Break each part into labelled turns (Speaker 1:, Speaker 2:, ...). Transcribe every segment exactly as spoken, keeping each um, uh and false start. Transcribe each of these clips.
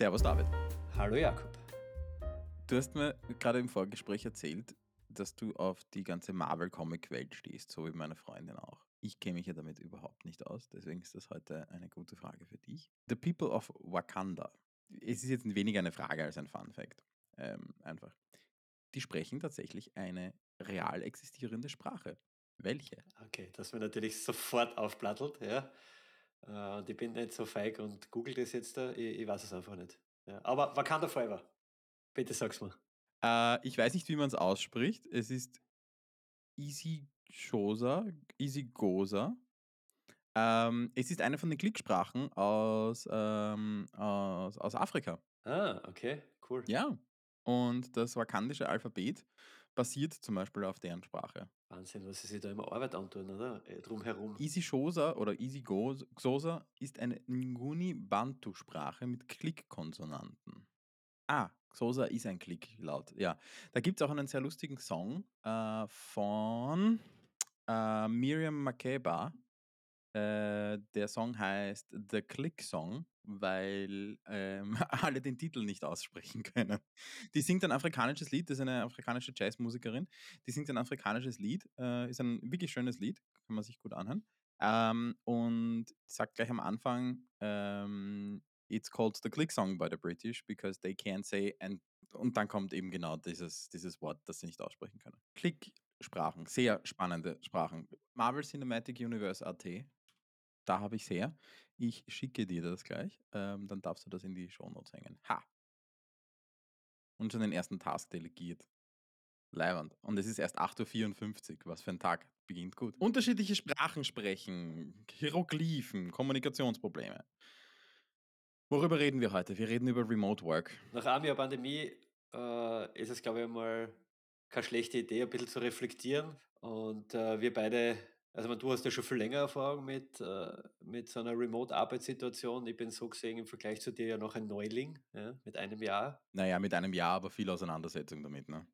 Speaker 1: Servus David.
Speaker 2: Hallo Jakob.
Speaker 1: Du hast mir gerade im Vorgespräch erzählt, dass du auf die ganze Marvel-Comic-Welt stehst, so wie meine Freundin auch. Ich kenne mich ja damit überhaupt nicht aus, deswegen ist das heute eine gute Frage für dich. The People of Wakanda. Es ist jetzt weniger eine Frage als ein Fun-Fact. Ähm, einfach. Die sprechen tatsächlich eine real existierende Sprache. Welche?
Speaker 2: Okay, das mir natürlich sofort aufplattelt, ja. Äh, und ich bin nicht so feig und google das jetzt da. Ich, ich weiß es einfach nicht. Ja. Aber Wakanda Forever. Bitte sag's mir.
Speaker 1: Äh, ich weiß nicht, wie man es ausspricht. Es ist Easy Josa, Easy Gosa. Ähm, es ist eine von den Klicksprachen aus, ähm, aus, aus Afrika.
Speaker 2: Ah, okay, cool.
Speaker 1: Ja. Und das wakandische Alphabet basiert zum Beispiel auf deren Sprache.
Speaker 2: Wahnsinn, was sie sich da immer Arbeit antun, oder? Äh, Drumherum.
Speaker 1: Isi-Xhosa oder Isi-Xhosa ist eine Nguni-Bantu-Sprache mit Klickkonsonanten. Ah, Xhosa ist ein Klicklaut, ja. Da gibt es auch einen sehr lustigen Song äh, von äh, Miriam Makeba. Äh, der Song heißt „The Click Song“, weil, ähm, alle den Titel nicht aussprechen können. Die singt ein afrikanisches Lied, das ist eine afrikanische Jazzmusikerin. Die singt ein afrikanisches Lied, äh, ist ein wirklich schönes Lied, kann man sich gut anhören. Ähm, und sagt gleich am Anfang, ähm: „It's called the Click Song by the British because they can't say and“, und dann kommt eben genau dieses dieses Wort, das sie nicht aussprechen können. Klicksprachen, sehr spannende Sprachen. Marvel Cinematic Universe Punkt a t, da habe ich's her. Ich schicke dir das gleich, ähm, dann darfst du das in die Shownotes hängen. Ha! Und schon den ersten Task delegiert. Leiwand. Und es ist erst acht Uhr vierundfünfzig. Was für ein Tag. Beginnt gut. Unterschiedliche Sprachen sprechen, Hieroglyphen, Kommunikationsprobleme. Worüber reden wir heute? Wir reden über Remote Work.
Speaker 2: Nach einem Jahr Pandemie äh, ist es, glaube ich, einmal keine schlechte Idee, ein bisschen zu reflektieren. Und äh, wir beide, also ich meine, du hast ja schon viel länger Erfahrung mit, äh, mit so einer Remote-Arbeitssituation. Ich bin so gesehen im Vergleich zu dir ja noch ein Neuling, ja, mit einem Jahr.
Speaker 1: Na ja, mit einem Jahr, aber viel Auseinandersetzung damit, ne?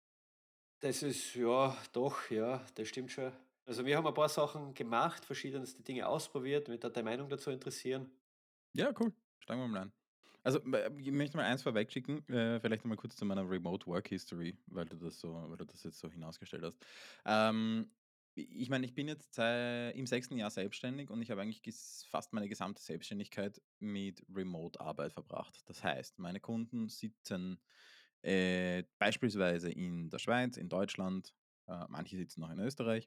Speaker 2: Das ist, ja, doch, ja, das stimmt schon. Also wir haben ein paar Sachen gemacht, verschiedenste Dinge ausprobiert, mich hat deine Meinung dazu interessieren.
Speaker 1: Ja, cool. Steigen wir mal ein. Also, äh, ich möchte mal eins vorwegschicken, äh, vielleicht noch mal kurz zu meiner Remote Work History, weil du das so weil du das jetzt so hinausgestellt hast. Ähm, ich meine, ich bin jetzt sei im sechsten Jahr selbstständig und ich habe eigentlich ges fast meine gesamte Selbstständigkeit mit Remote-Arbeit verbracht. Das heißt, meine Kunden sitzen, äh, beispielsweise in der Schweiz, in Deutschland, äh, manche sitzen noch in Österreich,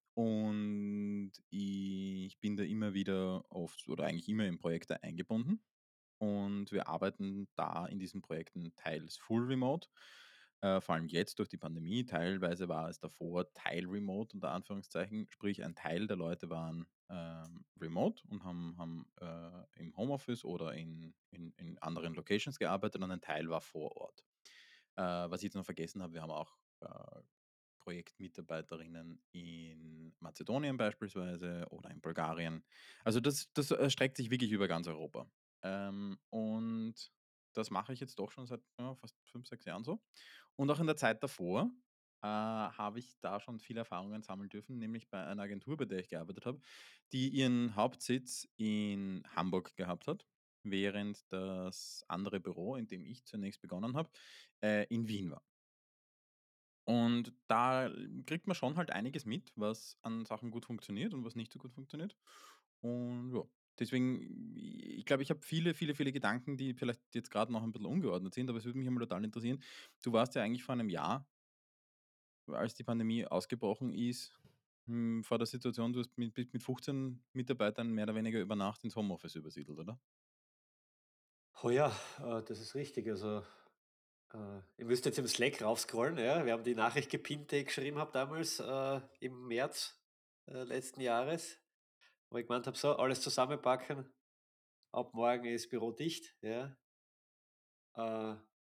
Speaker 1: und ich bin da immer wieder oft oder eigentlich immer in Projekte eingebunden. Und wir arbeiten da in diesen Projekten teils full remote, äh, vor allem jetzt durch die Pandemie. Teilweise war es davor Teil remote unter Anführungszeichen, sprich ein Teil der Leute waren ähm, remote und haben, haben äh, im Homeoffice oder in, in, in anderen Locations gearbeitet, und ein Teil war vor Ort. Äh, was ich jetzt noch vergessen habe, wir haben auch äh, Projektmitarbeiterinnen in Mazedonien beispielsweise oder in Bulgarien. Also das, das erstreckt sich wirklich über ganz Europa. Ähm, und das mache ich jetzt doch schon seit ja, fast fünf, sechs Jahren so. Und auch in der Zeit davor äh, habe ich da schon viele Erfahrungen sammeln dürfen, nämlich bei einer Agentur, bei der ich gearbeitet habe, die ihren Hauptsitz in Hamburg gehabt hat, während das andere Büro, in dem ich zunächst begonnen habe, äh, in Wien war. Und da kriegt man schon halt einiges mit, was an Sachen gut funktioniert und was nicht so gut funktioniert. Und ja, deswegen, ich glaube, ich habe viele, viele, viele Gedanken, die vielleicht jetzt gerade noch ein bisschen ungeordnet sind, aber es würde mich einmal total interessieren. Du warst ja eigentlich vor einem Jahr, als die Pandemie ausgebrochen ist, hm, vor der Situation, du hast mit, mit mit fünfzehn Mitarbeitern mehr oder weniger über Nacht ins Homeoffice übersiedelt, oder?
Speaker 2: Oh ja, äh, das ist richtig. Also äh, ihr müsst jetzt im Slack raufscrollen, ja. Wir haben die Nachricht gepinnt, die ich geschrieben habe damals äh, im März äh, letzten Jahres, wo ich gemeint habe, so, alles zusammenpacken, ab morgen ist Büro dicht, ja. Äh,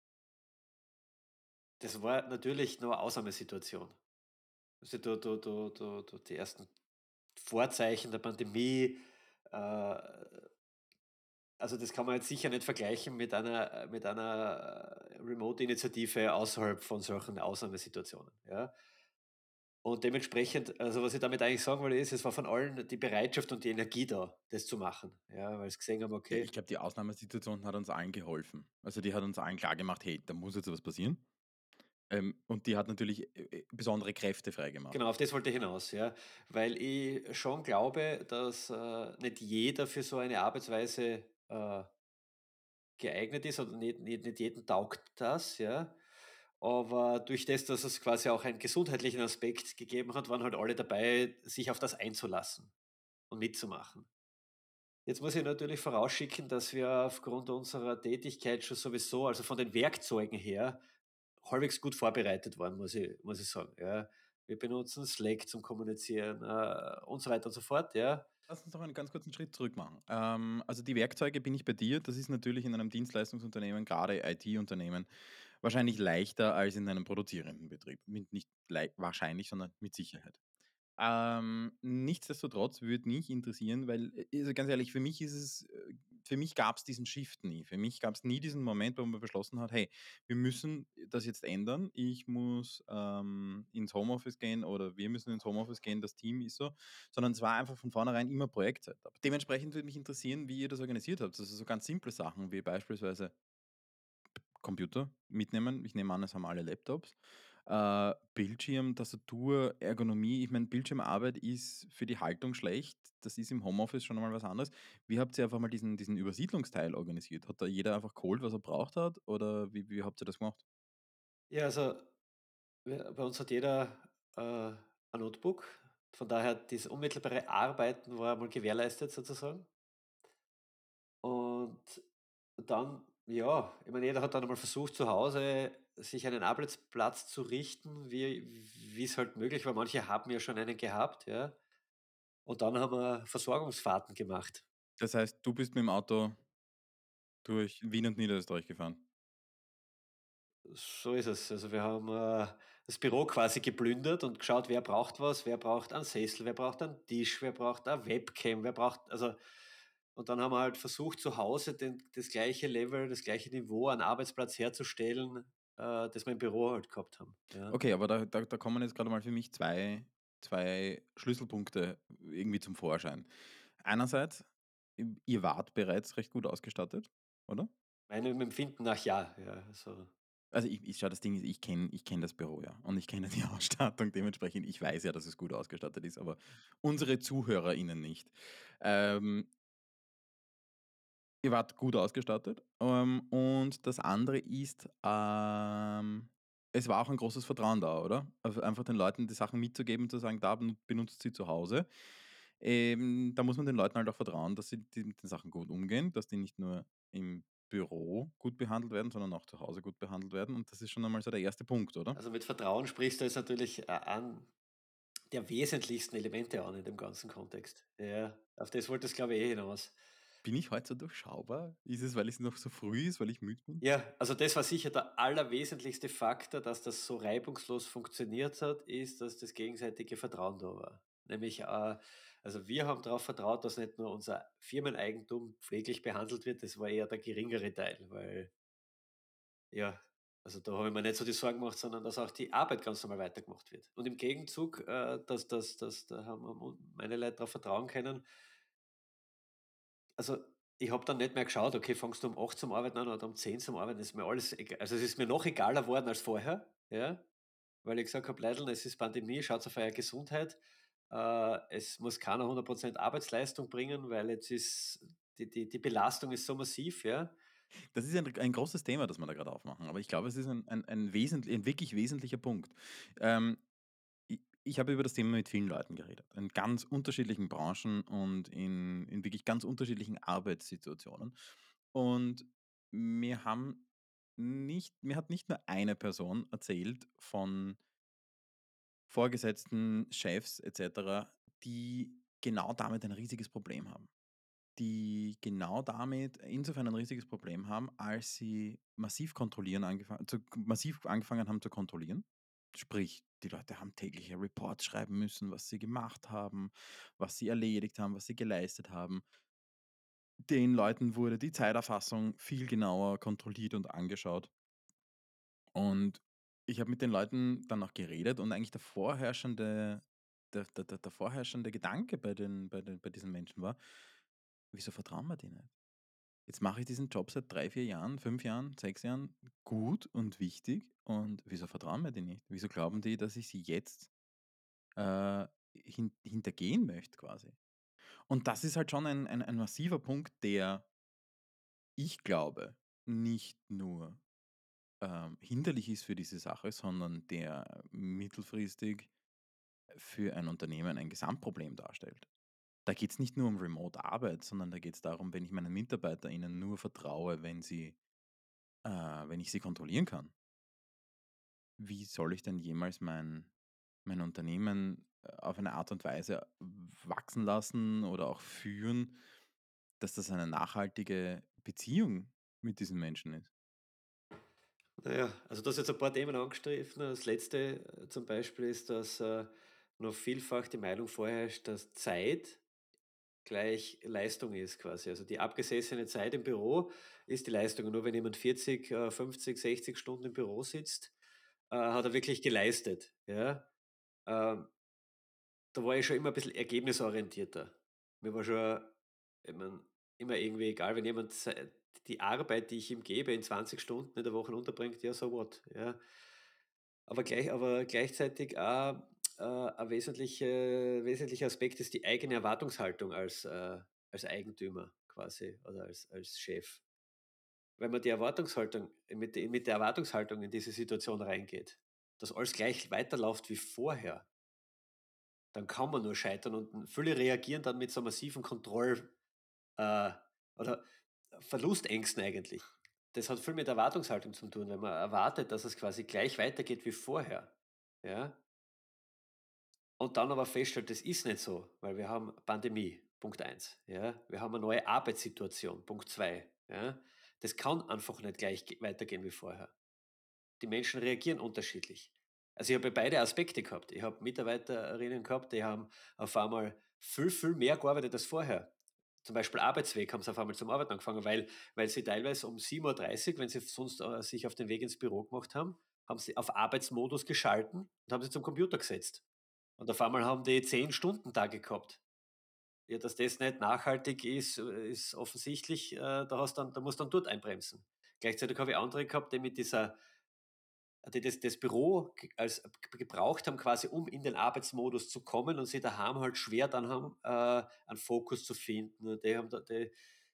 Speaker 2: Das war natürlich nur eine Ausnahmesituation. Also du, du, du, du, du, die ersten Vorzeichen der Pandemie, äh, also das kann man jetzt sicher nicht vergleichen mit einer, mit einer äh, Remote-Initiative außerhalb von solchen Ausnahmesituationen. Ja. Und dementsprechend also, was ich damit eigentlich sagen wollte, ist, es war von allen die Bereitschaft und die Energie da, das zu machen. Ja, weil sie gesehen haben,
Speaker 1: Ja,
Speaker 2: okay
Speaker 1: ich glaube, die Ausnahmesituation hat uns allen geholfen. Also, die hat uns allen klargemacht: „Hey, da muss jetzt was passieren.“ Ähm, und die hat natürlich, äh, äh, besondere Kräfte freigemacht.
Speaker 2: genau, auf das wollte ich hinaus, ja. Weil ich schon glaube, dass, äh, nicht jeder für so eine Arbeitsweise, äh, geeignet ist oder nicht nicht nicht jedem taugt das, ja. Aber durch das, dass es quasi auch einen gesundheitlichen Aspekt gegeben hat, waren halt alle dabei, sich auf das einzulassen und mitzumachen. Jetzt muss ich natürlich vorausschicken, dass wir aufgrund unserer Tätigkeit schon sowieso, also von den Werkzeugen her, halbwegs gut vorbereitet waren, muss ich muss ich sagen, ja. Wir benutzen Slack zum Kommunizieren, äh, und so weiter und so fort, ja.
Speaker 1: Lass uns doch einen ganz kurzen Schritt zurück machen. Ähm, also die Werkzeuge bin ich bei dir. Das ist natürlich in einem Dienstleistungsunternehmen, gerade I T-Unternehmen, wahrscheinlich leichter als in einem produzierenden Betrieb. Mit nicht lei wahrscheinlich, sondern mit Sicherheit. Ähm, nichtsdestotrotz würde mich interessieren, weil, äh, also ganz ehrlich, für mich ist es, äh, für mich gab es diesen Shift nie. Für mich gab es nie diesen Moment, wo man beschlossen hat, hey, wir müssen das jetzt ändern. Ich muss ähm, ins Homeoffice gehen oder wir müssen ins Homeoffice gehen, das Team ist so, sondern es war einfach von vornherein immer Projektzeit. Aber dementsprechend würde mich interessieren, wie ihr das organisiert habt. Also so ganz simple Sachen wie beispielsweise Computer mitnehmen. Ich nehme an, es haben alle Laptops. Äh, Bildschirm, Tastatur, Ergonomie. Ich meine, Bildschirmarbeit ist für die Haltung schlecht. Das ist im Homeoffice schon einmal was anderes. Wie habt ihr einfach mal diesen, diesen Übersiedlungsteil organisiert? Hat da jeder einfach geholt, was er braucht hat? Oder wie, wie habt ihr das gemacht?
Speaker 2: Ja, also, wir bei uns hat jeder, äh, ein Notebook. Von daher, das unmittelbare Arbeiten war mal gewährleistet sozusagen. Und dann, ja, ich meine, jeder hat dann einmal versucht, zu Hause sich einen Arbeitsplatz zu richten, wie wie es halt möglich war. Manche haben ja schon einen gehabt, ja. Und dann haben wir Versorgungsfahrten gemacht.
Speaker 1: Das heißt, du bist mit dem Auto durch Wien und Niederösterreich gefahren.
Speaker 2: So ist es. Also, wir haben, äh, das Büro quasi geplündert und geschaut, wer braucht was, wer braucht einen Sessel, wer braucht einen Tisch, wer braucht eine Webcam, wer braucht also und dann haben wir halt versucht, zu Hause den das gleiche Level, das gleiche Niveau an Arbeitsplatz herzustellen, äh, das wir im Büro halt gehabt haben, ja.
Speaker 1: Okay, aber da, da, da kommen jetzt gerade mal für mich zwei, zwei Schlüsselpunkte irgendwie zum Vorschein. Einerseits, ihr wart bereits recht gut ausgestattet, oder?
Speaker 2: Meinem Empfinden nach ja, ja, also
Speaker 1: Also, ich ich schau, das Ding ist, ich kenne ich kenne das Büro ja und ich kenne die Ausstattung, dementsprechend ich weiß ja, dass es gut ausgestattet ist, aber unsere ZuhörerInnen nicht. Ähm, Ihr wart gut ausgestattet, ähm, und das andere ist, ähm, es war auch ein großes Vertrauen da, oder? Also, einfach den Leuten die Sachen mitzugeben, zu sagen: „Da ben benutzt sie zu Hause.“ Ähm, da muss man den Leuten halt auch vertrauen, dass sie die mit den Sachen gut umgehen, dass die nicht nur im Büro gut behandelt werden, sondern auch zu Hause gut behandelt werden und das ist schon einmal so der erste Punkt, oder?
Speaker 2: also mit Vertrauen sprichst du jetzt natürlich a an der wesentlichsten Elemente an in dem ganzen Kontext. Ja, auf das wollte wolltest, glaube ich, eh hinaus.
Speaker 1: Bin ich heute so durchschaubar? Ist es, weil es noch so früh ist, weil ich müde bin?
Speaker 2: Ja, also das war sicher der allerwesentlichste Faktor, dass das so reibungslos funktioniert hat, ist, dass das gegenseitige Vertrauen da war. Nämlich, äh, also wir haben darauf vertraut, dass nicht nur unser Firmeneigentum pfleglich behandelt wird, das war eher der geringere Teil, weil ja, also da habe ich mir nicht so die Sorgen gemacht, sondern dass auch die Arbeit ganz normal weitergemacht wird. Und im Gegenzug, äh, dass, dass, dass, da haben haben meine Leute darauf vertrauen können, also, ich habe dann nicht mehr geschaut, okay, fängst du um acht zum Arbeiten an oder um zehn zum Arbeiten, ist mir alles ega also, es ist mir noch egaler geworden als vorher, ja, weil ich gesagt habe: „Leidl, es ist Pandemie, schaut auf eure Gesundheit. Äh, es muss keiner hundert Prozent Arbeitsleistung bringen, weil jetzt ist die die die Belastung ist so massiv“, ja.
Speaker 1: Das ist ein, ein großes Thema, das wir da gerade aufmachen, aber ich glaube, es ist ein, ein, ein, wesentlich, ein wirklich wesentlicher Punkt. Ähm, ich, ich habe über das Thema mit vielen Leuten geredet, in ganz unterschiedlichen Branchen und in, in wirklich ganz unterschiedlichen Arbeitssituationen. Und mir haben nicht, mir hat nicht nur eine Person erzählt von Vorgesetzten, Chefs et cetera, die genau damit ein riesiges Problem haben. Die genau damit insofern ein riesiges Problem haben, als sie massiv kontrollieren angefangen zu massiv angefangen haben zu kontrollieren. Sprich, die Leute haben tägliche Reports schreiben müssen, was sie gemacht haben, was sie erledigt haben, was sie geleistet haben. Den Leuten wurde die Zeiterfassung viel genauer kontrolliert und angeschaut. Und Ich habe mit den Leuten dann auch geredet und eigentlich der vorherrschende der der der der vorherrschende Gedanke bei den bei den bei diesen Menschen war: „Wieso vertrauen wir denen nicht? Jetzt mache ich diesen Job seit drei vier Jahren, fünf Jahren, sechs Jahren gut und wichtig und wieso vertrauen mir die nicht? Wieso glauben die, dass ich sie jetzt, äh, hin hintergehen möchte quasi?“ Und das ist halt schon ein ein ein massiver Punkt, der, ich glaube, nicht nur, ähm, hinderlich ist für diese Sache, sondern der mittelfristig für ein Unternehmen ein Gesamtproblem darstellt. Da geht es nicht nur um Remote-Arbeit, sondern da geht es darum, wenn ich meinen MitarbeiterInnen nur vertraue, wenn sie äh, wenn ich sie kontrollieren kann, wie soll ich denn jemals mein mein Unternehmen, äh, auf eine Art und Weise wachsen lassen oder auch führen, dass das eine nachhaltige Beziehung mit diesen Menschen ist?
Speaker 2: Na ja, also du hast jetzt ein paar Themen angestriffen. Das letzte, äh, zum Beispiel ist, dass, äh, noch vielfach die Meinung vorherrscht, dass Zeit gleich Leistung ist quasi. Also die abgesessene Zeit im Büro ist die Leistung. Und nur wenn jemand vierzig, äh, fünfzig, sechzig Stunden im Büro sitzt, äh, hat er wirklich geleistet, ja? Ähm, Da war ich schon immer ein bisschen ergebnisorientierter. Mir war schon, ich meine, immer irgendwie egal, wenn jemand sei die Arbeit, die ich ihm gebe, in zwanzig Stunden in der Woche unterbringt, ja, so what, ja. Aber gleich aber gleichzeitig auch, äh, ein wesentliche wesentlicher Aspekt ist die eigene Erwartungshaltung als, äh als Eigentümer quasi oder als als Chef. Wenn man die Erwartungshaltung mit de mit der Erwartungshaltung in diese Situation reingeht, dass alles gleich weiterläuft wie vorher, dann kann man nur scheitern und viele reagieren dann mit so massiven Kontroll äh, oder Verlustängsten eigentlich. Das hat viel mit Erwartungshaltung zu tun, wenn man erwartet, dass es quasi gleich weitergeht wie vorher, ja? Und dann aber feststellt, das ist nicht so, weil wir haben Pandemie, Punkt eins, ja? Wir haben eine neue Arbeitssituation, Punkt zwei, ja? Das kann einfach nicht gleich ge weitergehen wie vorher. Die Menschen reagieren unterschiedlich. Also, ich habe ja beide Aspekte gehabt. Ich habe Mitarbeiterinnen gehabt, die haben auf einmal viel, viel mehr gearbeitet als vorher. Zum Beispiel Arbeitsweg haben sie auf einmal zum Arbeiten angefangen, weil weil sie teilweise um sieben Uhr dreißig, wenn sie sonst, äh, sich auf den Weg ins Büro gemacht haben, haben sie auf Arbeitsmodus geschalten und haben sich zum Computer gesetzt. Und auf einmal haben die zehn-Stunden-Tage gehabt. Ja, dass das nicht nachhaltig ist, äh, ist offensichtlich. Äh, da hast dann da musst du dann dort einbremsen. Gleichzeitig habe ich andere gehabt, die mit dieser die das das Büro g als g gebraucht haben quasi, um in den Arbeitsmodus zu kommen und sie daheim halt schwer dann haben, äh, einen Fokus zu finden. Und die haben da die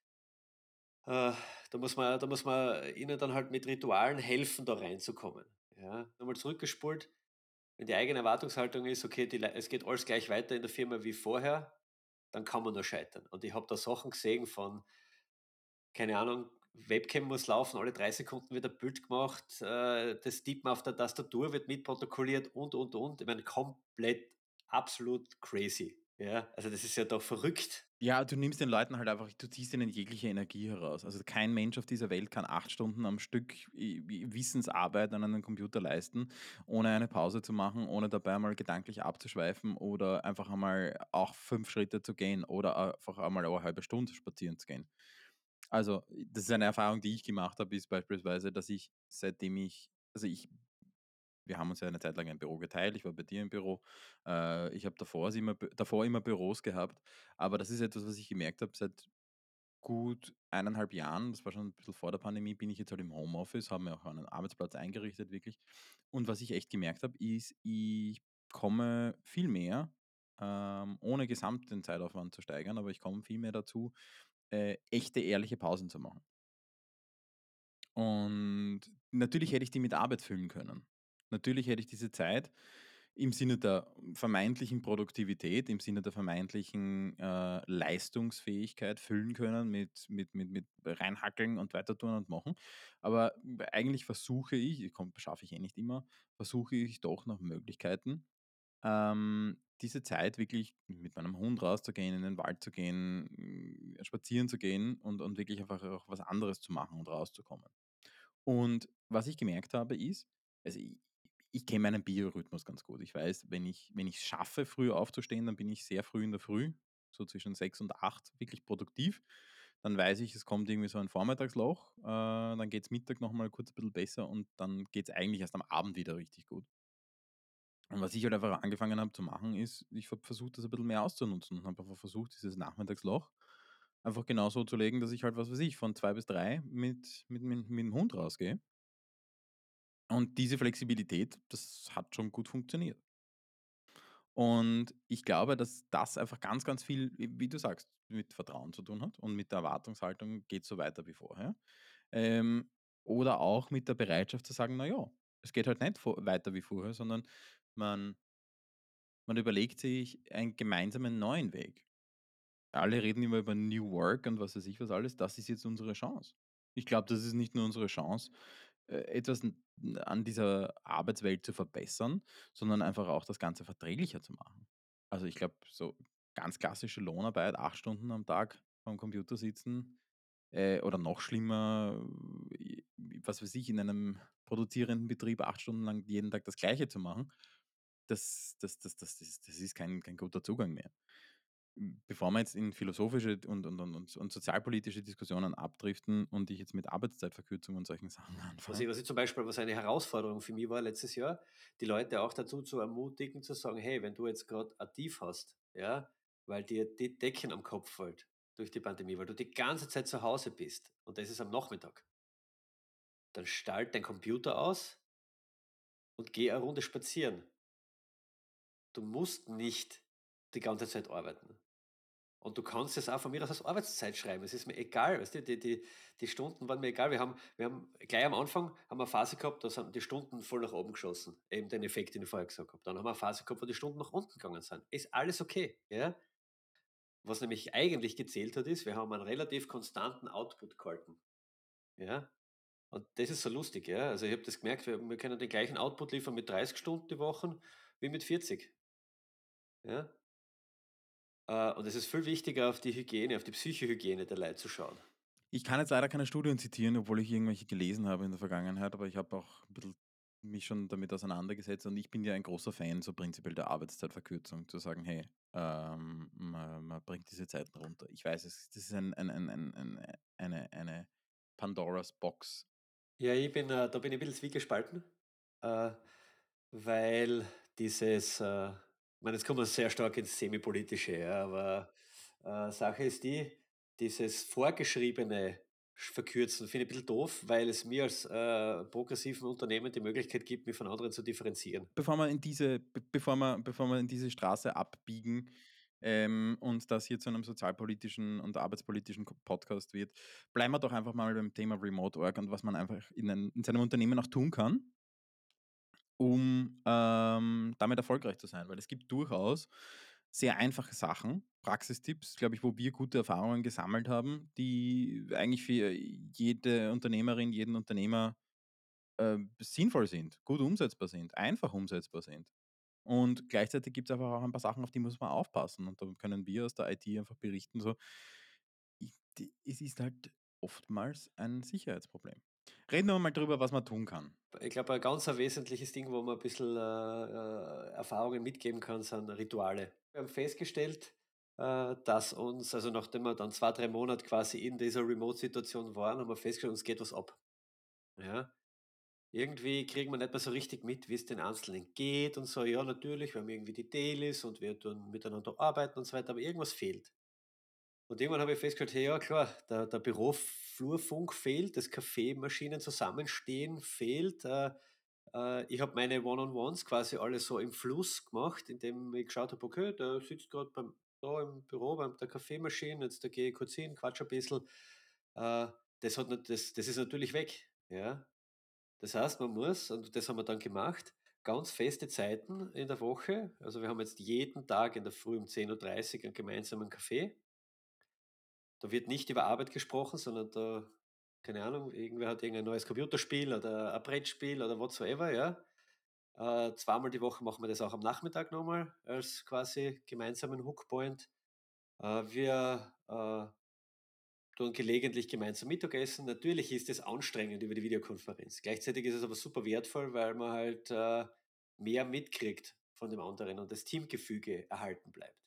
Speaker 2: äh, da muss man da muss man ihnen dann halt mit Ritualen helfen, da reinzukommen. Ja, nochmal zurückgespult, wenn die eigene Erwartungshaltung ist: „Okay, die Lei es geht alles gleich weiter in der Firma wie vorher“, dann kann man nur scheitern. Und ich habe da Sachen gesehen von, keine Ahnung, Webcam muss laufen, alle drei Sekunden wird ein Bild gemacht, äh, das Tippen auf der Tastatur wird mitprotokolliert und, und, und. Ich meine, komplett, absolut crazy. Ja, also das ist ja doch verrückt.
Speaker 1: Ja, du nimmst den Leuten halt einfach du ziehst ihnen jegliche Energie heraus. Also, kein Mensch auf dieser Welt kann acht Stunden am Stück i i Wissensarbeit an einem Computer leisten, ohne eine Pause zu machen, ohne dabei einmal gedanklich abzuschweifen oder einfach einmal auch fünf Schritte zu gehen oder einfach einmal eine halbe Stunde spazieren zu gehen. Also, das ist eine Erfahrung, die ich gemacht habe, ist beispielsweise, dass ich, seitdem ich also, ich wir haben uns ja eine Zeit lang ein Büro geteilt. Ich war bei dir im Büro. Äh, ich habe davor immer Bü davor immer Büros gehabt, aber das ist etwas, was ich gemerkt habe, seit gut eineinhalb Jahren, das war schon ein bisschen vor der Pandemie, bin ich jetzt halt im Homeoffice, habe mir auch einen Arbeitsplatz eingerichtet wirklich. Und was ich echt gemerkt habe, ist, ich komme viel mehr, ähm, ohne gesamt den Zeitaufwand zu steigern, aber ich komme viel mehr dazu, äh, echte, ehrliche Pausen zu machen. Und natürlich hätte ich die mit Arbeit füllen können. Natürlich hätte ich diese Zeit im Sinne der vermeintlichen Produktivität, im Sinne der vermeintlichen, äh, Leistungsfähigkeit füllen können mit mit mit mit reinhackeln und weiter tun und machen. Aber eigentlich versuche ich komm, schaffe ich eh nicht immer, versuche ich doch nach Möglichkeiten, ähm, diese Zeit wirklich mit meinem Hund rauszugehen, in den Wald zu gehen, hm, spazieren zu gehen und und wirklich einfach auch was anderes zu machen und rauszukommen. Und was ich gemerkt habe, ist, also ich, ich kenne meinen Biorhythmus ganz gut. Ich weiß, wenn ich wenn ich es schaffe, früh aufzustehen, dann bin ich sehr früh in der Früh, so zwischen sechs und acht wirklich produktiv. Dann weiß ich, es kommt irgendwie so ein Vormittagsloch, äh, dann geht's Mittag noch mal kurz ein bisschen besser und dann geht's eigentlich erst am Abend wieder richtig gut. Und was ich halt einfach angefangen habe zu machen, ist, ich habe versucht, das ein bisschen mehr auszunutzen und habe einfach versucht, dieses Nachmittagsloch einfach genauso zu legen, dass ich halt, was weiß ich, von zwei bis drei mit mit mit mit dem Hund rausgehe. Und diese Flexibilität, das hat schon gut funktioniert. Und ich glaube, dass das einfach ganz, ganz viel, wie wie du sagst, mit Vertrauen zu tun hat und mit der Erwartungshaltung, geht so weiter wie vorher. Ähm, oder auch mit der Bereitschaft zu sagen: „Na ja, es geht halt nicht vo weiter wie vorher“, sondern man man überlegt sich einen gemeinsamen neuen Weg. Alle reden immer über New Work und was weiß ich was alles. Das ist jetzt unsere Chance. Ich glaube, das ist nicht nur unsere Chance, äh, etwas n an dieser Arbeitswelt zu verbessern, sondern einfach auch das Ganze verträglicher zu machen. Also, ich glaube, so ganz klassische Lohnarbeit, acht Stunden am Tag vorm Computer sitzen, äh, oder noch schlimmer, äh, was weiß ich, in einem produzierenden Betrieb acht Stunden lang jeden Tag das Gleiche zu machen, das das das das ist das ist kein kein guter Zugang mehr. Hm, bevor wir jetzt in philosophische und und und und und sozialpolitische Diskussionen abdriften und ich jetzt mit Arbeitszeitverkürzung und solchen Sachen
Speaker 2: Was
Speaker 1: anfange.
Speaker 2: ich was ich zum Beispiel was eine Herausforderung für mich war letztes Jahr, die Leute auch dazu zu ermutigen, zu sagen: „Hey, wenn du jetzt gerade ein Tief hast, ja, weil dir die Decken am Kopf fällt durch die Pandemie, weil du die ganze Zeit zu Hause bist und das ist am Nachmittag, dann stalt dein Computer aus und geh eine Runde spazieren. Du musst nicht die ganze Zeit arbeiten. Und du kannst es auch von mir aus als Arbeitszeit schreiben. Es ist mir egal, weißt du, die die die Stunden waren mir egal. Wir haben wir haben gleich am Anfang haben wir 'ne Phase gehabt, da sind die Stunden voll nach oben geschossen, eben den Effekt, den ich vorher gesagt habe. Dann haben wir 'ne Phase gehabt, wo die Stunden nach unten gegangen sind. Ist alles okay, ja? Was nämlich eigentlich gezählt hat, ist, wir haben einen relativ konstanten Output gehalten, ja? Und das ist so lustig, ja? Also, ich habe das gemerkt, wir wir können den gleichen Output liefern mit dreißig Stunden die Woche wie mit vierzig, ja? Äh, und es ist viel wichtiger, auf die Hygiene, auf die Psychohygiene der Leute zu schauen.
Speaker 1: Ich kann jetzt leider keine Studien zitieren, obwohl ich irgendwelche gelesen habe in der Vergangenheit, aber ich habe auch 'n bisschen mich schon damit auseinandergesetzt und ich bin ja ein großer Fan so prinzipiell der Arbeitszeitverkürzung, zu sagen: „Hey, ähm, man man bringt diese Zeiten runter.“ Ich weiß, es das ist ein ein ein ein ein eine eine Pandoras Box.
Speaker 2: Ja, ich bin, äh da bin ich 'n bisschen zwiegespalten, äh, weil dieses, äh ich meine, jetzt kommen wir sehr stark ins Semi-Politische, ja, aber, äh, Sache ist die, dieses vorgeschriebene Sch Verkürzen finde ich 'n bisschen doof, weil es mir als, äh, progressiven Unternehmen die Möglichkeit gibt, mich von anderen zu differenzieren.
Speaker 1: Bevor wir in diese be bevor wir bevor wir in diese Straße abbiegen, ähm, und das hier zu einem sozialpolitischen und arbeitspolitischen Ko Podcast wird, bleiben wir doch einfach mal beim Thema Remote Work und was man einfach in ein in seinem Unternehmen auch tun kann, um, ähm, damit erfolgreich zu sein. Weil es gibt durchaus sehr einfache Sachen, Praxistipps, glaube ich, wo wir gute Erfahrungen gesammelt haben, die eigentlich für jede Unternehmerin, jeden Unternehmer, äh, sinnvoll sind, gut umsetzbar sind, einfach umsetzbar sind. Und gleichzeitig gibt es einfach auch ein paar Sachen, auf die muss man aufpassen. Und da können wir aus der I T einfach berichten, so, i die es ist halt oftmals ein Sicherheitsproblem. Reden wir mal drüber, was man tun kann.
Speaker 2: Ich glaube, ein ganz ein wesentliches Ding, wo man ein bisschen, äh, äh, Erfahrungen mitgeben kann, sind Rituale. Wir haben festgestellt, äh, dass uns also, nachdem wir dann zwei drei Monate quasi in dieser Remote-Situation waren, haben wir festgestellt, uns geht was ab, ja? Irgendwie kriegen wir nicht mehr so richtig mit, wie es den Einzelnen geht und so. Ja, natürlich, wir haben irgendwie die Dailies und wir tun miteinander arbeiten und so weiter, aber irgendwas fehlt. Und irgendwann habe ich festgestellt, hey, ja klar, der, der Büroflurfunk fehlt, das Kaffeemaschinen zusammenstehen fehlt. Äh, äh, ich habe meine One-on-Ones quasi alle so im Fluss gemacht, indem ich geschaut habe, okay, der sitzt gerade beim da im Büro bei der Kaffeemaschine, jetzt da gehe ich kurz hin, quatsch ein bisschen. Äh, das, hat, nat- das, das ist natürlich weg. Ja? Das heißt, man muss, und das haben wir dann gemacht, ganz feste Zeiten in der Woche. Also wir haben jetzt jeden Tag in der Früh um zehn Uhr dreißig einen gemeinsamen Kaffee. Da wird nicht über Arbeit gesprochen, sondern da, keine Ahnung, irgendwer hat irgendein neues Computerspiel oder ein Brettspiel oder whatsoever, ja. Äh, zweimal die Woche machen wir das auch am Nachmittag nochmal als quasi gemeinsamen Hookpoint. Äh, wir äh, tun gelegentlich gemeinsam Mittagessen. Natürlich ist es anstrengend über die Videokonferenz. Gleichzeitig ist es aber super wertvoll, weil man halt äh, mehr mitkriegt von dem anderen und das Teamgefüge erhalten bleibt.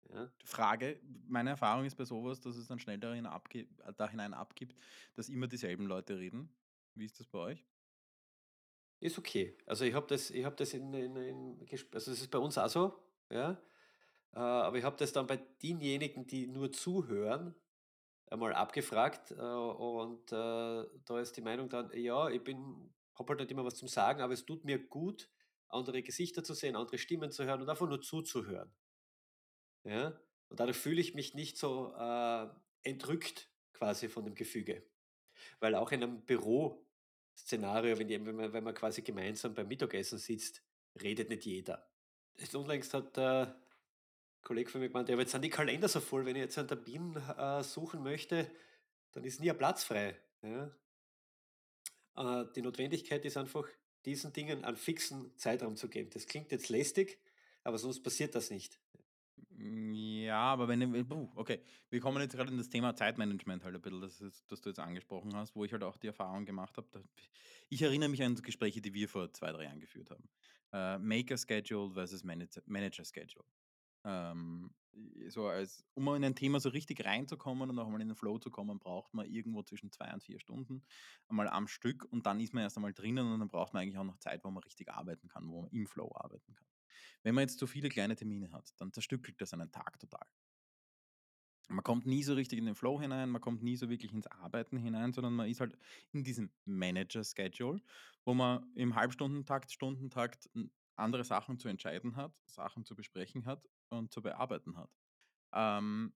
Speaker 2: ja.
Speaker 1: Frage, meine Erfahrung ist bei sowas, dass es dann schnell darin abge äh, da hinein abgibt, dass immer dieselben Leute reden. Wie ist das bei euch?
Speaker 2: Ist okay. Also, ich habe das ich habe das in in in gesp also, das ist bei uns auch so, ja, äh, aber ich habe das dann bei denjenigen, die nur zuhören, einmal abgefragt, äh, und, äh, da ist die Meinung dann: „Ja, ich bin habe halt nicht immer was zum Sagen, aber es tut mir gut, andere Gesichter zu sehen, andere Stimmen zu hören und einfach nur zuzuhören." Ja? Und dadurch fühle ich mich nicht so, äh, entrückt quasi von dem Gefüge. Weil auch in einem Büroszenario, wenn die wenn man wenn man quasi gemeinsam beim Mittagessen sitzt, redet nicht jeder. Jetzt unlängst hat der Kollege von mir gemeint: „Ja, aber jetzt sind die Kalender so voll, wenn ich jetzt einen Termin, äh, suchen möchte, dann ist nie ein Platz frei." Ja? Äh, die Notwendigkeit ist einfach, diesen Dingen einen fixen Zeitraum zu geben. Das klingt jetzt lästig, aber sonst passiert das nicht.
Speaker 1: Hm, ja, aber wenn du puh, okay. Wir kommen jetzt gerade in das Thema Zeitmanagement halt ein bisschen, das ist das du jetzt angesprochen hast, wo ich halt auch die Erfahrung gemacht habe, da ich erinnere mich an Gespräche, die wir vor zwei drei Jahren geführt haben. Äh, Maker Schedule versus Manager Manager Schedule. Ähm, so als um mal in ein Thema so richtig reinzukommen und auch mal in den Flow zu kommen, braucht man irgendwo zwischen zwei und vier Stunden einmal am Stück und dann ist man erst einmal drinnen und dann braucht man eigentlich auch noch Zeit, wo man richtig arbeiten kann, wo man im Flow arbeiten kann. Wenn man jetzt zu viele kleine Termine hat, dann zerstückelt das einen Tag total. Man kommt nie so richtig in den Flow hinein, man kommt nie so wirklich ins Arbeiten hinein, sondern man ist halt in diesem Manager-Schedule, wo man im Halbstundentakt, Stundentakt n- andere Sachen zu entscheiden hat, Sachen zu besprechen hat und zu bearbeiten hat. Ähm,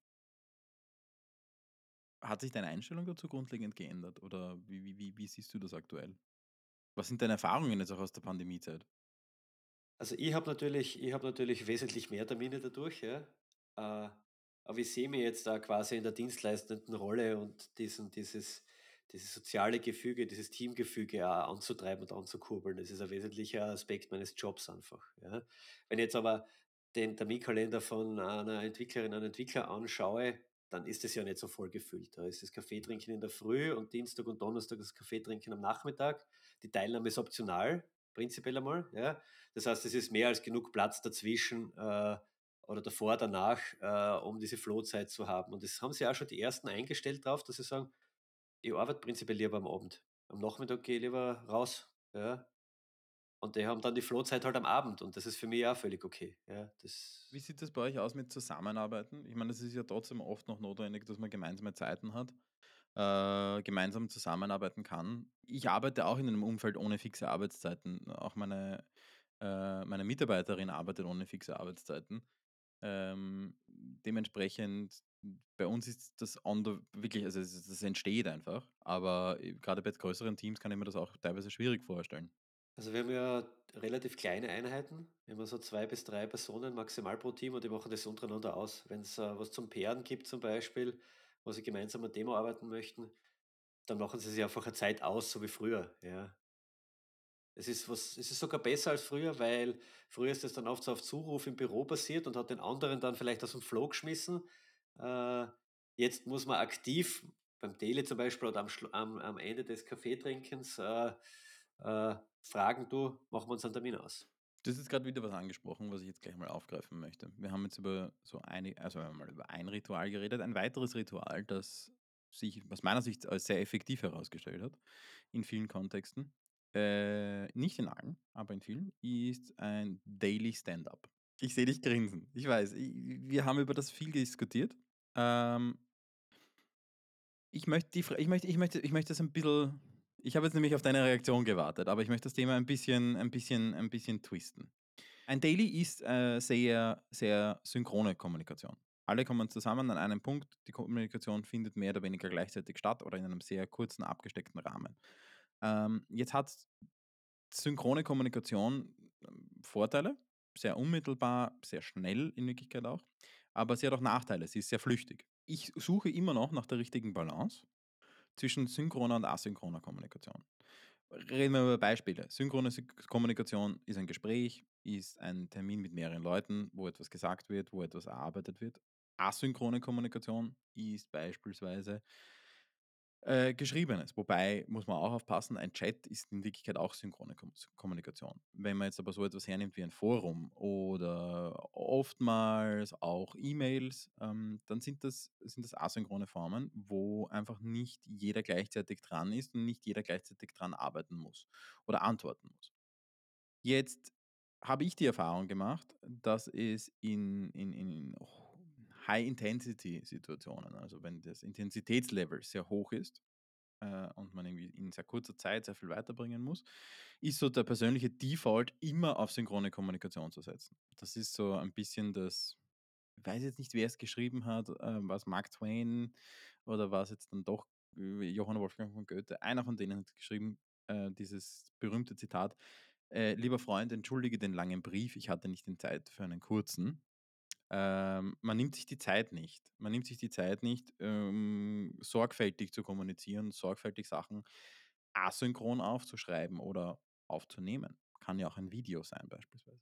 Speaker 1: Hat sich deine Einstellung dazu grundlegend geändert oder wie, wie, wie, wie siehst du das aktuell? Was sind deine Erfahrungen jetzt auch aus der Pandemiezeit?
Speaker 2: Also, ich habe natürlich ich habe natürlich wesentlich mehr Termine dadurch, ja. Äh, aber ich sehe mich jetzt da quasi in der dienstleistenden Rolle und diesen dieses dieses soziale Gefüge, dieses Teamgefüge auch anzutreiben und anzukurbeln. Das ist ein wesentlicher Aspekt meines Jobs einfach, ja. Wenn ich jetzt aber den Terminkalender von einer Entwicklerin, einem Entwickler anschaue, dann ist es ja nicht so voll gefüllt. Da ist das Kaffeetrinken in der Früh und Dienstag und Donnerstag das Kaffeetrinken am Nachmittag. Die Teilnahme ist optional, prinzipiell einmal, ja. Das heißt, es ist mehr als genug Platz dazwischen, äh, oder davor, danach, äh, um diese Flow-Zeit zu haben. Und das haben sich auch schon die Ersten eingestellt drauf, dass sie sagen: „Ich arbeite prinzipiell lieber am Abend. Am Nachmittag gehe ich lieber raus." Ja? Und die haben dann die Flow-Zeit halt am Abend und das ist für mich auch völlig okay. Ja,
Speaker 1: Wie
Speaker 2: das
Speaker 1: sieht das bei euch aus mit Zusammenarbeiten? Ich meine, es ist ja trotzdem oft noch notwendig, dass man gemeinsame Zeiten hat, äh, gemeinsam zusammenarbeiten kann. Ich arbeite auch in einem Umfeld ohne fixe Arbeitszeiten. Auch meine, äh, meine Mitarbeiterin arbeitet ohne fixe Arbeitszeiten. Ähm, dementsprechend, bei uns ist das on the, wirklich, also es, das entsteht einfach. Aber äh, gerade bei größeren Teams kann ich mir das auch teilweise schwierig vorstellen.
Speaker 2: Also, wir haben ja relativ kleine Einheiten. Wir haben so zwei bis drei Personen maximal pro Team und die machen das untereinander aus. Wenn's, äh, was zum Pairen gibt zum Beispiel, wo sie gemeinsam an Demo arbeiten möchten, dann machen sie sich einfach eine Zeit aus, so wie früher, ja. Es ist was es ist sogar besser als früher, weil früher ist es dann oft so auf Zuruf im Büro passiert und hat den anderen dann vielleicht aus dem Flow geschmissen. Äh, Jetzt muss man aktiv beim Daily zum Beispiel oder am Schlu am am Ende des Kaffeetrinkens, äh, äh, fragen: „Du, machen wir uns einen Termin aus?"
Speaker 1: Du hast jetzt gerade wieder was angesprochen, was ich jetzt gleich mal aufgreifen möchte. Wir haben jetzt über so eine, also wir haben mal über ein Ritual geredet. Ein weiteres Ritual, das sich aus meiner Sicht als sehr effektiv herausgestellt hat, in vielen Kontexten, äh, nicht in allen, aber in vielen, ist ein Daily Stand-up. Ich sehe dich grinsen. Ich weiß, i- wir haben über das viel diskutiert. Ähm, ich möchte die Fra ich möchte ich möchte ich möchte das ein bisschen. Ich habe jetzt nämlich auf deine Reaktion gewartet, aber ich möchte das Thema ein bisschen ein bisschen ein bisschen twisten. Ein Daily ist, äh, sehr sehr synchrone Kommunikation. Alle kommen zusammen an einem Punkt. Die Kommunikation findet mehr oder weniger gleichzeitig statt oder in einem sehr kurzen, abgesteckten Rahmen. Ähm, jetzt hat synchrone Kommunikation, ähm, Vorteile, sehr unmittelbar, sehr schnell in Wirklichkeit auch, aber sie hat auch Nachteile. Sie ist sehr flüchtig. Ich suche immer noch nach der richtigen Balance zwischen synchroner und asynchroner Kommunikation. Reden wir über Beispiele. Synchrone Syn- Kommunikation ist ein Gespräch, ist ein Termin mit mehreren Leuten, wo etwas gesagt wird, wo etwas erarbeitet wird. Asynchrone Kommunikation ist beispielsweise Äh, Geschriebenes, wobei muss man auch aufpassen, ein Chat ist in Wirklichkeit auch synchrone Kommus Kommunikation. Wenn man jetzt aber so etwas hernimmt wie ein Forum oder oftmals auch E-Mails, ähm, dann sind das sind das asynchrone Formen, wo einfach nicht jeder gleichzeitig dran ist und nicht jeder gleichzeitig dran arbeiten muss oder antworten muss. Jetzt habe ich die Erfahrung gemacht, dass es in in in High-Intensity-Situationen, also wenn das Intensitätslevel sehr hoch ist, äh, und man irgendwie in sehr kurzer Zeit sehr viel weiterbringen muss, ist so der persönliche Default immer auf synchrone Kommunikation zu setzen. Das ist so ein bisschen das, ich weiß jetzt nicht, wer es geschrieben hat, äh, war's Mark Twain oder war es jetzt dann doch äh, Johann Wolfgang von Goethe? Einer von denen hat geschrieben, äh, dieses berühmte Zitat: „Äh, Lieber Freund, entschuldige den langen Brief, ich hatte nicht den Zeit für einen kurzen.“ Ähm, man nimmt sich die Zeit nicht. Man nimmt sich die Zeit nicht, ähm, sorgfältig zu kommunizieren, sorgfältig Sachen asynchron aufzuschreiben oder aufzunehmen. Kann ja auch ein Video sein beispielsweise.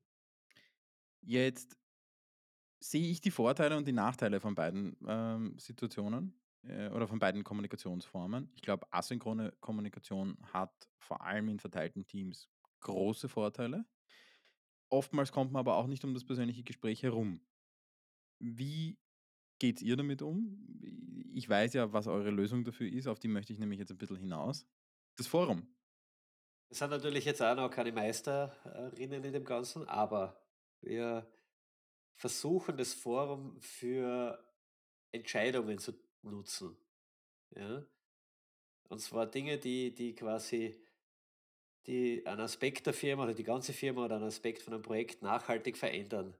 Speaker 1: Jetzt sehe ich die Vorteile und die Nachteile von beiden, ähm, Situationen, äh, oder von beiden Kommunikationsformen. Ich glaube, asynchrone Kommunikation hat vor allem in verteilten Teams große Vorteile. Oftmals kommt man aber auch nicht um das persönliche Gespräch herum. Wie geht's ihr damit um? Ich weiß ja, was eure Lösung dafür ist, auf die möchte ich nämlich jetzt ein bisschen hinaus. Das Forum.
Speaker 2: Wir sind natürlich jetzt auch noch keine Meisterinnen in dem Ganzen, aber wir versuchen das Forum für Entscheidungen zu nutzen, ja? Und zwar Dinge, die die quasi die einen Aspekt der Firma oder die ganze Firma oder einen Aspekt von einem Projekt nachhaltig verändern.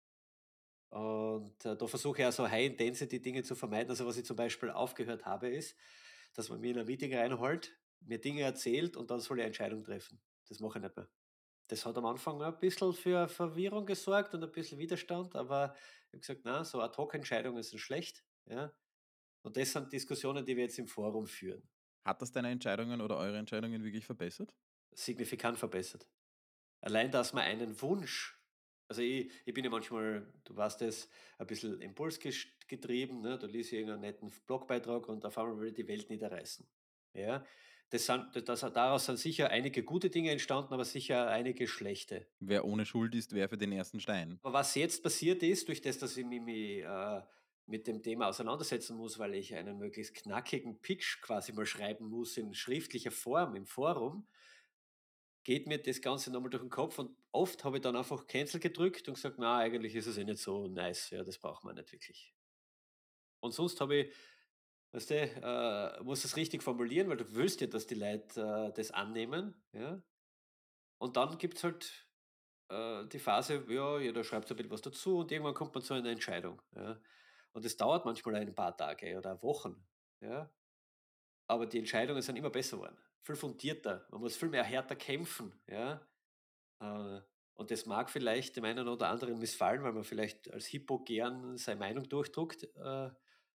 Speaker 2: Und, äh, da versuche ich also High-Intensity-Dinge zu vermeiden. Also, was ich zum Beispiel aufgehört habe, ist, dass man mir in ein Meeting reinholt, mir Dinge erzählt und dann soll ich eine Entscheidung treffen. Das mache ich nicht mehr. Das hat am Anfang ein bisschen für Verwirrung gesorgt und ein bisschen Widerstand, aber ich habe gesagt: „Na, so Ad-hoc-Entscheidungen sind schlecht“, ja? Und das sind Diskussionen, die wir jetzt im Forum führen,
Speaker 1: Hat das deine Entscheidungen oder eure Entscheidungen wirklich verbessert?
Speaker 2: signifikant verbessert. Allein, dass man einen Wunsch, also ich ich bin ja manchmal, du weißt es, ein bisschen impulsgesch getrieben, ne? Da liest ich irgendeinen netten Blogbeitrag und auf einmal will ich die Welt niederreißen. Ja? Das sind das daraus sind sicher einige gute Dinge entstanden, aber sicher einige schlechte.
Speaker 1: Wer ohne Schuld ist, werfe den ersten Stein.
Speaker 2: Aber was jetzt passiert ist, durch das, dass ich mich mich, äh, mit dem Thema auseinandersetzen muss, weil ich einen möglichst knackigen Pitch quasi mal schreiben muss in schriftlicher Form im Forum, geht mir das Ganze nochmal durch den Kopf und oft habe ich dann einfach Cancel gedrückt und gesagt: „Na, eigentlich ist es eh nicht so nice, ja, das braucht man nicht wirklich.“ Und sonst habe ich, weißt du, äh, muss es richtig formulieren, weil du willst ja, dass die Leute, äh, das annehmen, ja? Und dann gibt's halt, äh, die Phase, ja, jeder schreibt so ein bisschen was dazu und irgendwann kommt man zu einer Entscheidung, ja? Und es dauert manchmal ein paar Tage oder Wochen, ja? Aber die Entscheidungen sind immer besser geworden, viel fundierter. Man muss viel mehr härter kämpfen, ja? Äh, und das mag vielleicht dem einen oder anderen missfallen, weil man vielleicht als Hippo gern seine Meinung durchdruckt, äh,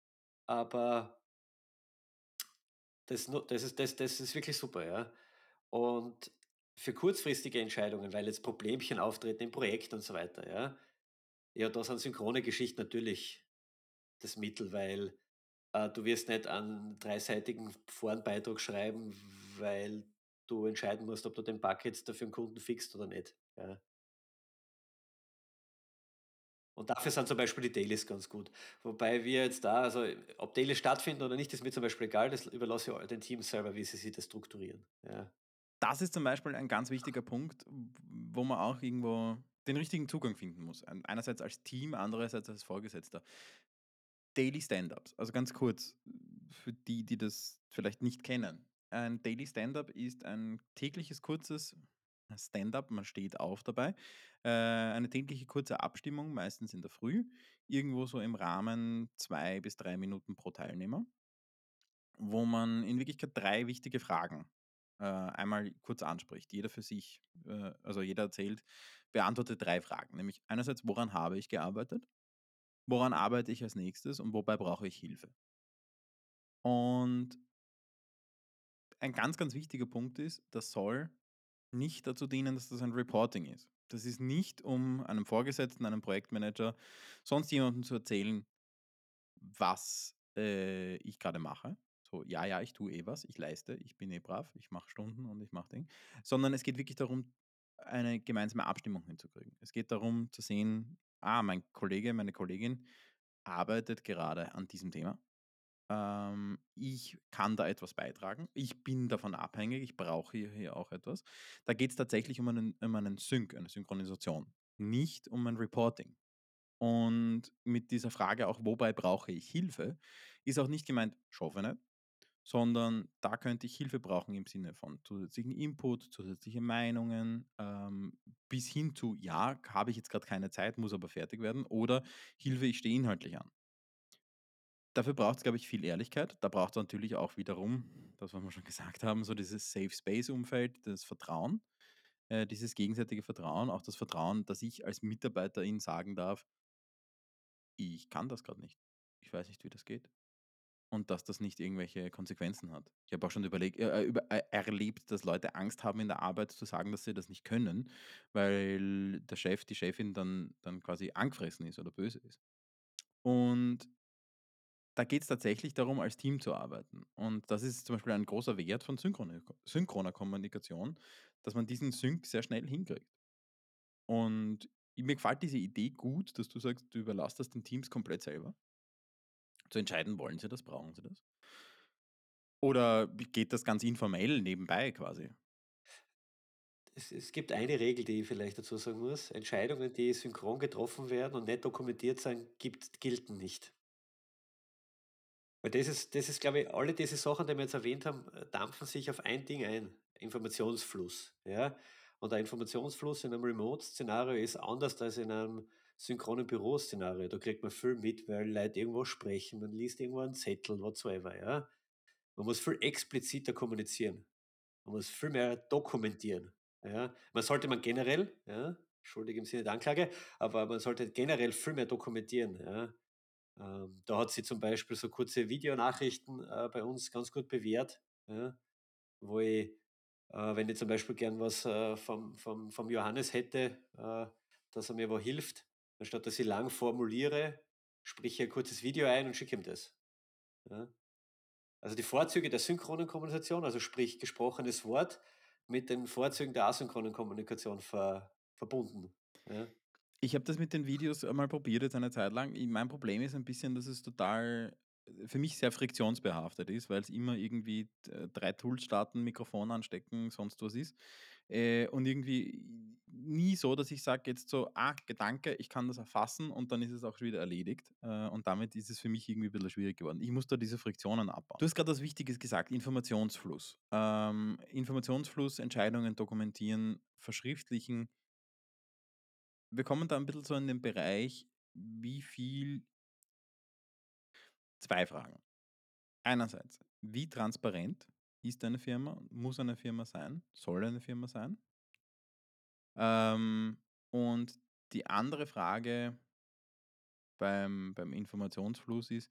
Speaker 2: aber das nu das ist das das ist wirklich super, ja. Und für kurzfristige Entscheidungen, weil jetzt Problemchen auftreten im Projekt und so weiter, ja, ja, da sind synchrone Geschichten natürlich das Mittel, weil, äh, du wirst nicht einen dreiseitigen Forenbeitrag schreiben, weil du entscheiden musst, ob du den Bug jetzt da für 'n Kunden fixt oder nicht, ja. Und dafür sind zum Beispiel die Dailies ganz gut. Wobei wir jetzt da, also ob Dailies stattfinden oder nicht, ist mir zum Beispiel egal, das überlasse ich all den Teams selber, wie sie sich das strukturieren. Ja.
Speaker 1: Das ist zum Beispiel ein ganz wichtiger Punkt, wo man auch irgendwo den richtigen Zugang finden muss. Ein einerseits als Team, andererseits als Vorgesetzter. Daily Stand-ups, also ganz kurz, für die, die das vielleicht nicht kennen. Ein Daily Stand-up ist ein tägliches kurzes Stand-up, man steht auf dabei, äh, eine tägliche kurze Abstimmung, meistens in der Früh, irgendwo so im Rahmen zwei bis drei Minuten pro Teilnehmer, wo man in Wirklichkeit drei wichtige Fragen, äh, einmal kurz anspricht. Jeder für sich, äh, also jeder erzählt, beantwortet drei Fragen, nämlich einerseits: „Woran habe ich gearbeitet? Woran arbeite ich als Nächstes und wobei brauche ich Hilfe?“ Und ein ganz, ganz wichtiger Punkt ist, das soll nicht dazu dienen, dass das ein Reporting ist. Das ist nicht, um einem Vorgesetzten, einem Projektmanager, sonst jemandem zu erzählen, was, äh, ich gerade mache, So, ja, ja, ich tue eh was, ich leiste, ich bin eh brav, ich mache Stunden und ich mache Ding. Sondern es geht wirklich darum, eine gemeinsame Abstimmung hinzukriegen. Es geht darum zu sehen, ah, mein Kollege, meine Kollegin arbeitet gerade an diesem Thema. Ähm, ich kann da etwas beitragen. Ich bin davon abhängig, ich brauche hier, hier auch etwas. Da geht es tatsächlich um einen, um einen Sync, eine Synchronisation, nicht um ein Reporting. Und mit dieser Frage auch, wobei brauche ich Hilfe, ist auch nicht gemeint, schaffe nicht, sondern da könnte ich Hilfe brauchen im Sinne von zusätzlichen Input, zusätzliche Meinungen, ähm, bis hin zu, ja, habe ich jetzt gerade keine Zeit, muss aber fertig werden, oder Hilfe, ich stehe inhaltlich an. Dafür braucht es, glaube ich, viel Ehrlichkeit. Da braucht es natürlich auch wiederum, das, was wir schon gesagt haben, so dieses Safe Space-Umfeld, das Vertrauen, äh, dieses gegenseitige Vertrauen, auch das Vertrauen, dass ich als Mitarbeiterin sagen darf, ich kann das gerade nicht. Ich weiß nicht, wie das geht. Und dass das nicht irgendwelche Konsequenzen hat. Ich habe auch schon überlegt, äh, äh, über, äh, erlebt, dass Leute Angst haben in der Arbeit zu sagen, dass sie das nicht können, weil der Chef, die Chefin dann, dann quasi angefressen ist oder böse ist. Und da geht es tatsächlich darum, als Team zu arbeiten. Und das ist zum Beispiel ein großer Wert von synchrone synchroner Kommunikation, dass man diesen Sync sehr schnell hinkriegt. Und mir gefällt diese Idee gut, dass du sagst, du überlässt das den Teams komplett selber, zu entscheiden, wollen sie das, brauchen sie das? Oder wie geht das ganz informell nebenbei quasi?
Speaker 2: Es es gibt eine Regel, die ich vielleicht dazu sagen muss. Entscheidungen, die synchron getroffen werden und nicht dokumentiert sind, gibt gelten nicht. Weil das ist das ist, glaube ich, alle diese Sachen, die wir jetzt erwähnt haben, äh, dampfen sich auf ein Ding ein: Informationsfluss, ja? Und der Informationsfluss in einem Remote-Szenario ist anders als in einem synchronen Büroszenario. Da kriegt man viel mit, weil Leute irgendwo sprechen, man liest irgendwo einen Zettel, whatsoever, ja? Man muss viel expliziter kommunizieren. Man muss viel mehr dokumentieren, ja? Man sollte man generell, ja, schuldig im Sinne der Anklage, aber man sollte generell viel mehr dokumentieren, ja? Ähm, da hat sie zum Beispiel so kurze Videonachrichten, äh, bei uns ganz gut bewährt, ja, wo ich, äh, wenn ich zum Beispiel gern was, äh, vom vom vom Johannes hätte, äh, dass er mir wo hilft, anstatt dass ich lang formuliere, spreche ich ein kurzes Video ein und schicke ihm das, ja. Also, die Vorzüge der synchronen Kommunikation, also sprich gesprochenes Wort, mit den Vorzügen der asynchronen Kommunikation ver verbunden, ja.
Speaker 1: Ich habe das mit den Videos einmal probiert jetzt eine Zeit lang. I Mein Problem ist ein bisschen, dass es total äh, für mich sehr friktionsbehaftet ist, weil es immer irgendwie d drei Tools starten, Mikrofon anstecken, sonst was ist. Äh, und irgendwie nie so, dass ich sage jetzt so: „Ah, Gedanke, ich kann das erfassen“, und dann ist es auch schon wieder erledigt. Äh, und damit ist es für mich irgendwie ein bisschen schwierig geworden. Ich muss da diese Friktionen abbauen. Du hast gerade was Wichtiges gesagt, Informationsfluss. Ähm, Informationsfluss, Entscheidungen dokumentieren, verschriftlichen. Wir kommen da ein bisschen so in den Bereich, wie viel zwei Fragen. Einerseits, wie transparent ist eine Firma? Muss eine Firma sein? Soll eine Firma sein? Ähm, und die andere Frage beim beim Informationsfluss ist,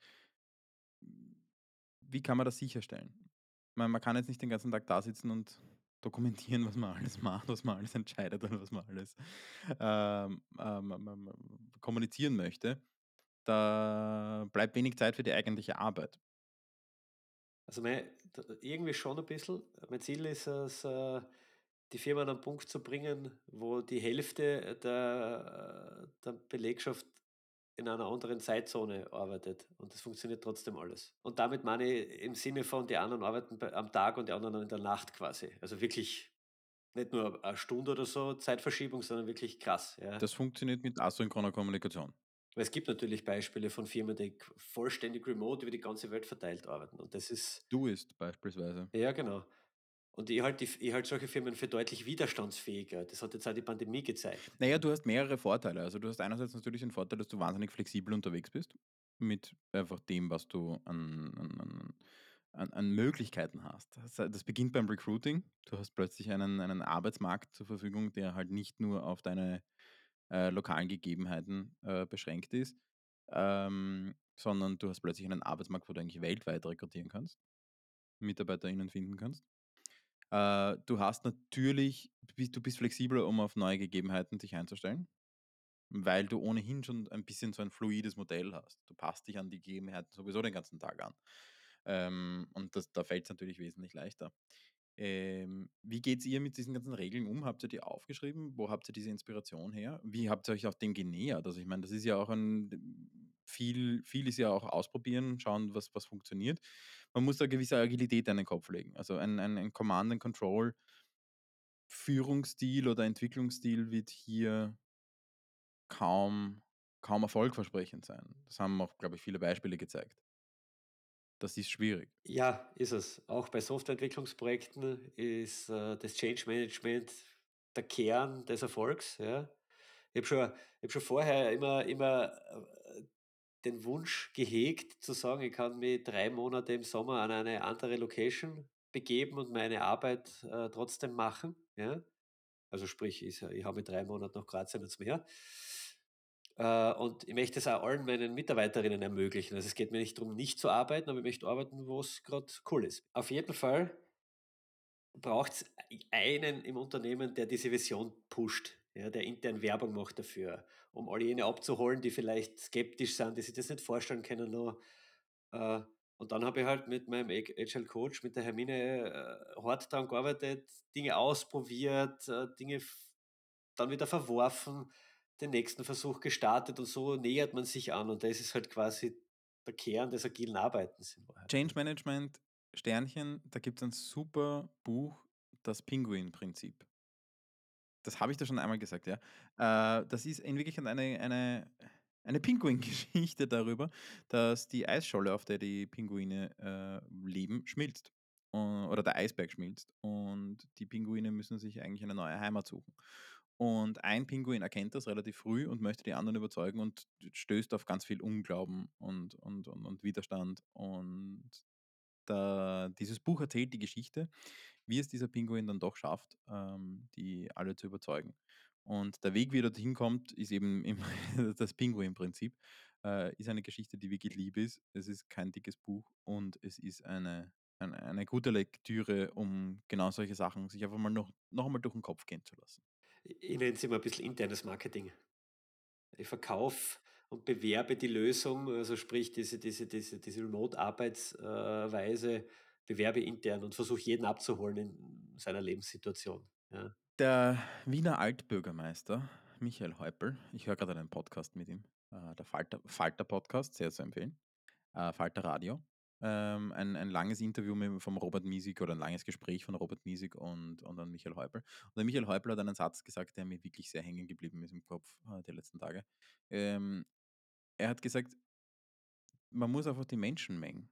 Speaker 1: wie kann man das sicherstellen? Man man kann jetzt nicht den ganzen Tag da sitzen und dokumentieren, was man alles macht, was man alles entscheidet und was man alles, ähm, ähm, ähm, ähm, kommunizieren möchte. Da bleibt wenig Zeit für die eigentliche Arbeit.
Speaker 2: Also mein d irgendwie schon ein bisschen. Mein Ziel ist es, äh, die Firma an einen Punkt zu bringen, wo die Hälfte der der Belegschaft in einer anderen Zeitzone arbeitet und das funktioniert trotzdem alles. Und damit meine ich im Sinne von, die anderen arbeiten bei am Tag und die anderen in der Nacht quasi. Also wirklich nicht nur eine Stunde oder so Zeitverschiebung, sondern wirklich krass, ja.
Speaker 1: Das funktioniert mit asynchroner Kommunikation.
Speaker 2: Weil es gibt natürlich Beispiele von Firmen, die k vollständig remote über die ganze Welt verteilt arbeiten und das ist
Speaker 1: Doist beispielsweise.
Speaker 2: ja, genau. Und ich halte die ich halte solche Firmen für deutlich widerstandsfähiger. Das hat jetzt auch die Pandemie gezeigt,
Speaker 1: Na ja,
Speaker 2: ja.
Speaker 1: du hast mehrere Vorteile. Also, du hast einerseits natürlich den Vorteil, dass du wahnsinnig flexibel unterwegs bist mit einfach dem, was du an an an an an Möglichkeiten hast. Das das beginnt beim Recruiting. Du hast plötzlich einen einen Arbeitsmarkt zur Verfügung, der halt nicht nur auf deine, äh, lokalen Gegebenheiten, äh, beschränkt ist, ähm, sondern du hast plötzlich einen Arbeitsmarkt, wo du eigentlich weltweit rekrutieren kannst, MitarbeiterInnen finden kannst. Äh, du hast natürlich du bist du bist flexibler, um auf neue Gegebenheiten dich einzustellen, weil du ohnehin schon ein bisschen so ein fluides Modell hast. Du passt dich an die Gegebenheiten sowieso den ganzen Tag an. Ähm, und das, da fällt es natürlich wesentlich leichter. Ähm, wie geht's ihr mit diesen ganzen Regeln um? Habt ihr die aufgeschrieben? Wo habt ihr diese Inspiration her? Wie habt ihr euch auch dem genähert? Also ich meine, das ist ja auch ein viel, viel ist ja auch ausprobieren, schauen, was, was funktioniert. Man muss da gewisse Agilität an den Kopf legen. Also ein, ein, ein Command and Control Führungsstil oder Entwicklungsstil wird hier kaum, kaum erfolgversprechend sein. Das haben auch, glaube ich, viele Beispiele gezeigt. Das ist schwierig.
Speaker 2: Ja, ist es. Auch bei Softwareentwicklungsprojekten ist, äh, das Change Management der Kern des Erfolgs, ja. Ich habe schon ich habe schon vorher immer immer, äh, den Wunsch gehegt zu sagen, ich kann mich drei Monate im Sommer an eine andere Location begeben und meine Arbeit, äh, trotzdem machen, ja. Also sprich, ich ich habe mit drei Monaten nach Kroatien ans Meer. Äh, und ich möchte es auch allen meinen Mitarbeiterinnen ermöglichen. Also, es geht mir nicht darum, nicht zu arbeiten, aber ich möchte arbeiten, wo es gerade cool ist. Auf jeden Fall braucht es einen im Unternehmen, der diese Vision pusht, ja, der intern Werbung macht dafür, um all jene abzuholen, die vielleicht skeptisch sind, die sich das nicht vorstellen können noch. Äh, und dann habe ich halt mit meinem Ag Agile Coach, mit der Hermine, äh, hart daran gearbeitet, Dinge ausprobiert, äh, Dinge f dann wieder verworfen, den nächsten Versuch gestartet und so nähert man sich an und das ist halt quasi der Kern des agilen Arbeitens in Wahrheit,
Speaker 1: Change
Speaker 2: ne?
Speaker 1: Management, Sternchen, da gibt es ein super Buch, das Pinguin-Prinzip. Das habe ich dir schon einmal gesagt, ja. Äh, das ist in Wirklichkeit eine eine eine Pinguin-Geschichte darüber, dass die Eisscholle, auf der die Pinguine, äh, leben, schmilzt. Äh, oder der Eisberg schmilzt und die Pinguine müssen sich eigentlich eine neue Heimat suchen. Und ein Pinguin erkennt das relativ früh und möchte die anderen überzeugen und stößt auf ganz viel Unglauben und und und und Widerstand. Und da dieses Buch erzählt die Geschichte, wie es dieser Pinguin dann doch schafft, ähm, die alle zu überzeugen. Und der Weg, wie er dorthin kommt, ist eben im das Pinguin-Prinzip. Äh, ist eine Geschichte, die wirklich lieb ist. Es ist kein dickes Buch und es ist eine eine eine gute Lektüre, um genau solche Sachen sich einfach mal noch noch einmal durch den Kopf gehen zu lassen.
Speaker 2: Ich ich nenne es immer ein bisschen internes Marketing. Ich verkaufe und bewerbe die Lösung, also sprich diese diese diese diese Remote-Arbeitsweise bewerbe ich intern und versuche jeden abzuholen in seiner Lebenssituation, ja.
Speaker 1: Der Wiener Altbürgermeister Michael Häupl, ich höre gerade einen Podcast mit ihm, äh, der Falter Falter-Podcast, sehr zu empfehlen. Äh, Falter Radio. Ähm, ein, ein langes Interview mit, vom Robert Miesig oder ein langes Gespräch von Robert Miesig und, und dann Michael Häupl. Und der Michael Häupl hat einen Satz gesagt, der mir wirklich sehr hängen geblieben ist im Kopf äh, die letzten Tage. Ähm, Er hat gesagt, man muss einfach die Menschen mengen.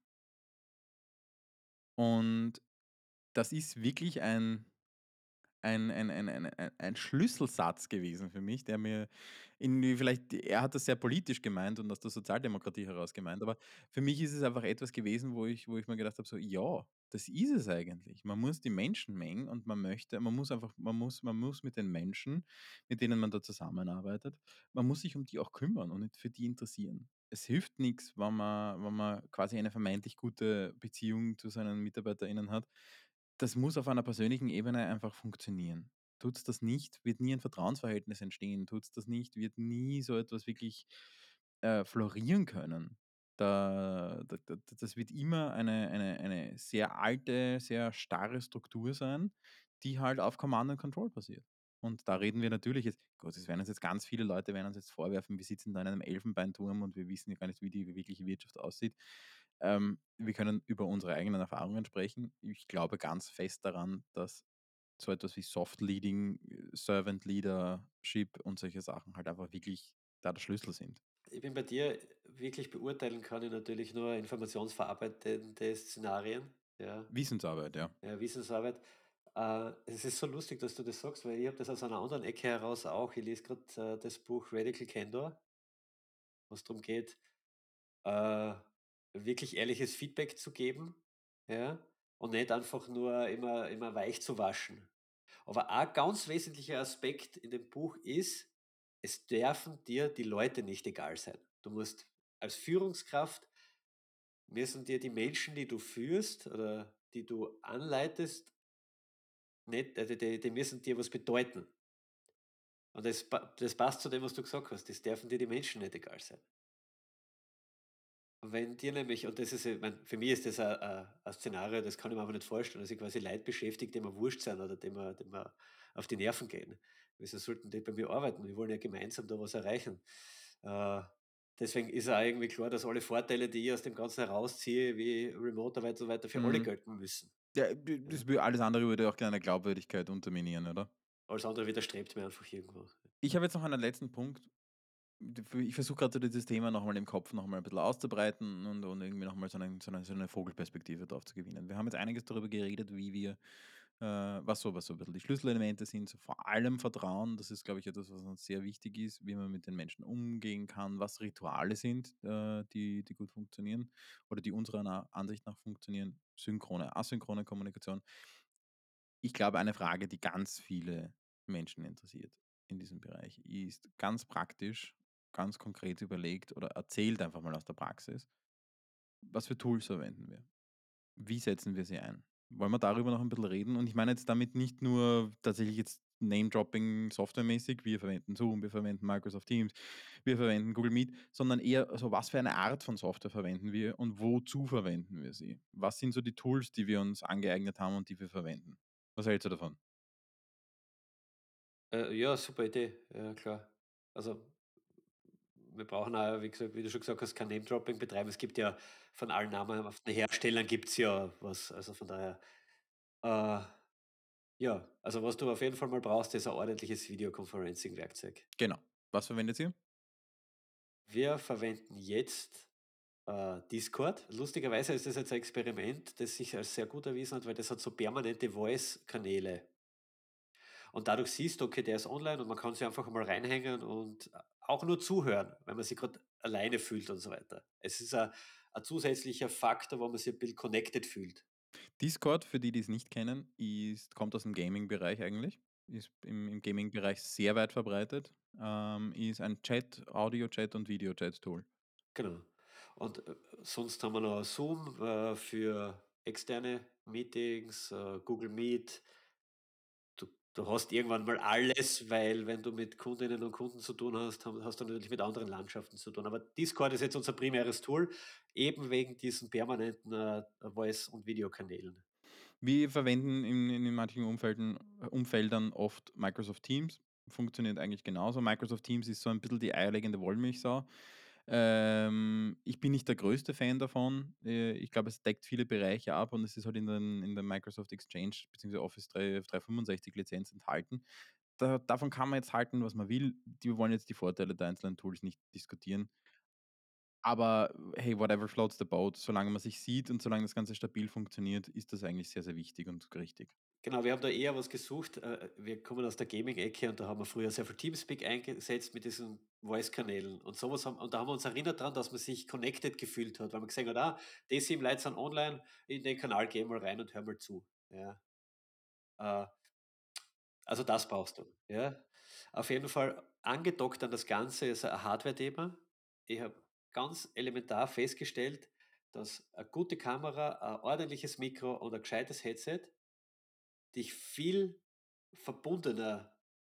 Speaker 1: Und das ist wirklich ein, ein, ein, ein, ein, ein ein Schlüsselsatz gewesen für mich, der mir irgendwie vielleicht, er hat das sehr politisch gemeint und aus der Sozialdemokratie heraus gemeint, aber für mich ist es einfach etwas gewesen, wo ich, wo ich mir gedacht habe, so, ja, das ist es eigentlich. Man muss die Menschen mengen und man möchte, man muss einfach, man muss, man muss mit den Menschen, mit denen man da zusammenarbeitet, man muss sich um die auch kümmern und nicht für die interessieren. Es hilft nichts, wenn man, wenn man quasi eine vermeintlich gute Beziehung zu seinen MitarbeiterInnen hat. Das muss auf einer persönlichen Ebene einfach funktionieren. Tut's das nicht, wird nie ein Vertrauensverhältnis entstehen. Tut's das nicht, wird nie so etwas wirklich, äh, florieren können. Da da da das wird immer eine eine eine sehr alte, sehr starre Struktur sein, die halt auf Command and Control basiert. Und da reden wir natürlich jetzt, Gott, es werden uns jetzt ganz viele Leute werden uns jetzt vorwerfen, wir sitzen da in einem Elfenbeinturm und wir wissen ja gar nicht, wie die wirkliche Wirtschaft aussieht. Ähm, wir können über unsere eigenen Erfahrungen sprechen. Ich glaube ganz fest daran, dass so etwas wie Soft Leading, äh, Servant Leadership und solche Sachen halt einfach wirklich da der Schlüssel sind.
Speaker 2: Ich bin bei dir, wirklich beurteilen kann ich natürlich nur informationsverarbeitende Szenarien, ja,
Speaker 1: Wissensarbeit, ja.
Speaker 2: ja, Wissensarbeit. Äh, es ist so lustig, dass du das sagst, weil ich habe das aus einer anderen Ecke heraus auch. Ich lese gerade äh, das Buch Radical Candor, was darum geht, äh, wirklich ehrliches Feedback zu geben, ja, und nicht einfach nur immer immer weich zu waschen. Aber ein ganz wesentlicher Aspekt in dem Buch ist, es dürfen dir die Leute nicht egal sein. Du musst als Führungskraft müssen dir die Menschen, die du führst oder die du anleitest, nicht, also die, die müssen dir was bedeuten. Und das, pa- das passt zu dem, was du gesagt hast. Das dürfen dir die Menschen nicht egal sein. Wenn dir nämlich und das ist ja mein für mich ist das ein ein ein Szenario, das kann ich mir einfach nicht vorstellen, dass ich quasi Leute beschäftige, die mir wurscht sind oder die mir die mir auf die Nerven gehen. Wieso sollten die bei mir arbeiten? Wir wollen ja gemeinsam da was erreichen. Äh, deswegen ist auch irgendwie klar, dass alle Vorteile, die ich aus dem Ganzen herausziehe, wie Remote-Arbeit und so weiter, für alle
Speaker 1: Mhm.
Speaker 2: gelten müssen,
Speaker 1: Ja, d
Speaker 2: ja?
Speaker 1: das wü alles andere würde auch deine Glaubwürdigkeit unterminieren, oder?
Speaker 2: Alles andere widerstrebt mir einfach irgendwo.
Speaker 1: Ich habe jetzt noch einen letzten Punkt. D f Ich versuche grad so dieses Thema noch mal im Kopf noch mal 'n bisschen auszubreiten und und irgendwie noch mal so 'nen so 'ne so 'ne Vogelperspektive drauf zu gewinnen. Wir haben jetzt einiges darüber geredet, wie wir, äh was so was so 'n bisschen die Schlüsselelemente sind, so vor allem Vertrauen. Das ist, glaube ich, etwas, was uns sehr wichtig ist, wie man mit den Menschen umgehen kann, was Rituale sind, äh, die die gut funktionieren oder die unserer na Ansicht nach funktionieren, synchrone, asynchrone Kommunikation. Ich glaube, eine Frage, die ganz viele Menschen interessiert in diesem Bereich, ist ganz praktisch, ganz konkret überlegt oder erzählt einfach mal aus der Praxis. Was für Tools verwenden wir? Wie setzen wir sie ein? Wollen wir darüber noch ein bisschen reden? Und ich meine jetzt damit nicht nur tatsächlich jetzt Name-Dropping softwaremäßig, wir verwenden Zoom, wir verwenden Microsoft Teams, wir verwenden Google Meet, sondern eher so, was für eine Art von Software verwenden wir und wozu verwenden wir sie? Was sind so die Tools, die wir uns angeeignet haben und die wir verwenden? Was hältst du davon?
Speaker 2: Äh, ja, super Idee. Ja, klar. Also, wir brauchen auch, wie gesagt, wie du schon gesagt hast, kein Name-Dropping betreiben. Es gibt ja von allen namhaften Herstellern gibt's ja was. Also von daher, äh, ja, also was du auf jeden Fall mal brauchst, ist ein ordentliches Videoconferencing-Werkzeug.
Speaker 1: Genau. Was verwendet ihr?
Speaker 2: Wir verwenden jetzt äh, Discord. Lustigerweise ist das jetzt ein Experiment, das sich als sehr gut erwiesen hat, weil das hat so permanente Voice-Kanäle. Und dadurch siehst du, okay, der ist online und man kann sich einfach mal reinhängen und auch nur zuhören, wenn man sich gerade alleine fühlt und so weiter. Es ist ein 'n zusätzlicher Faktor, wo man sich ein bisschen connected fühlt.
Speaker 1: Discord, für die, die es nicht kennen, ist kommt aus dem Gaming-Bereich eigentlich, ist im im Gaming-Bereich sehr weit verbreitet, ähm, ist ein Chat, Audio-Chat und Video-Chat-Tool.
Speaker 2: Genau. Und, äh, sonst haben wir noch Zoom, äh, für externe Meetings, äh, Google Meet. Du du hast irgendwann mal alles, weil wenn du mit Kundinnen und Kunden zu tun hast, ha hast du natürlich mit anderen Landschaften zu tun. Aber Discord ist jetzt unser primäres Tool, eben wegen diesen permanenten, äh, Voice und Videokanälen.
Speaker 1: Wir verwenden in in manchen Umfelden Umfeldern oft Microsoft Teams, funktioniert eigentlich genauso. Microsoft Teams ist so ein bisschen die eierlegende Wollmilchsau. Ähm, ich bin nicht der größte Fan davon. Äh, ich glaube, es deckt viele Bereiche ab und es ist halt in den in der Microsoft Exchange beziehungsweise Office drei dreihundertfünfundsechzig Lizenz enthalten. Da davon kann man jetzt halten, was man will. Die wollen jetzt die Vorteile der einzelnen Tools nicht diskutieren. Aber hey, whatever floats the boat. Solange man sich sieht und solange das Ganze stabil funktioniert, ist das eigentlich sehr, sehr wichtig und richtig.
Speaker 2: Genau, wir haben da eher was gesucht. Äh, wir kommen aus der Gaming-Ecke und da haben wir früher sehr viel Teamspeak eingesetzt mit diesen Voice-Kanälen und sowas haben und da haben wir uns erinnert dran, dass man sich connected gefühlt hat, weil man gesehen hat: „Ah, die sieben Leute sind online, in den Kanal geh mal rein und hör mal zu.“ Ja, äh, also das brauchst du, ja. Auf jeden Fall angedockt an das Ganze ist ein Hardware-Thema. Ich habe ganz elementar festgestellt, dass eine gute Kamera, ein ordentliches Mikro und ein gescheites Headset dich viel verbundener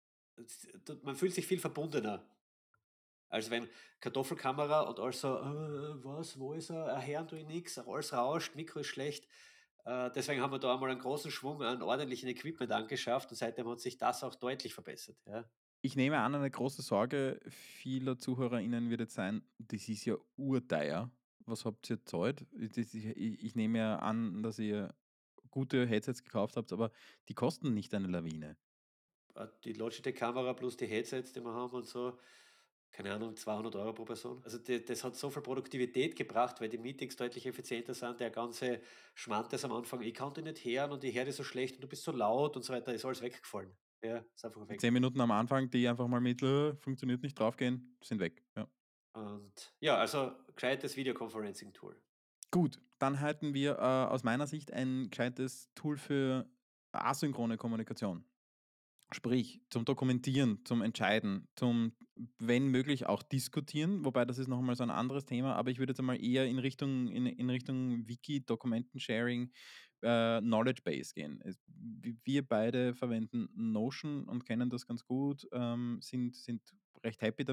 Speaker 2: s du man fühlt sich viel verbundener, als wenn Kartoffelkamera und alles so: „Äh, was, wo ist er? Ah, hören tue ich nix, alles rauscht, Mikro ist schlecht.“ Äh, deswegen haben wir da einmal einen großen Schwung an ordentlichem Equipment angeschafft und seitdem hat sich das auch deutlich verbessert, ja.
Speaker 1: Ich nehme an, eine große Sorge vieler ZuhörerInnen wird jetzt sein, das ist ja urteuer. Was habt ihr gezahlt? Das ist ich ich nehme ja an, dass ihr gute Headsets gekauft habt, aber die kosten nicht eine Lawine.
Speaker 2: Äh, die Logitech-Kamera plus die Headsets, die wir haben und so, keine Ahnung, zweihundert Euro pro Person. Also d das hat so viel Produktivität gebracht, weil die Meetings deutlich effizienter sind. Der ganze Schmantes am Anfang: „Ich kann dich nicht hören und ich höre dich so schlecht und du bist so laut“ und so weiter, ist alles weggefallen. Ja, ist einfach
Speaker 1: Die
Speaker 2: weg.
Speaker 1: zehn Minuten am Anfang, die einfach mal mit „Äh, funktioniert nicht“ draufgehen, sind weg, ja.
Speaker 2: Und ja, also gescheites Videoconferencing-Tool.
Speaker 1: Gut, dann hätten wir, äh, aus meiner Sicht ein gescheites Tool für asynchrone Kommunikation. Sprich, zum Dokumentieren, zum Entscheiden, zum, wenn möglich, auch diskutieren, wobei das ist noch mal so ein anderes Thema, aber ich würde jetzt einmal eher in Richtung in in Richtung Wiki, Dokumentensharing, äh, Knowledge Base gehen. Es w Wir beide verwenden Notion und kennen das ganz gut, ähm, sind sind recht happy damit.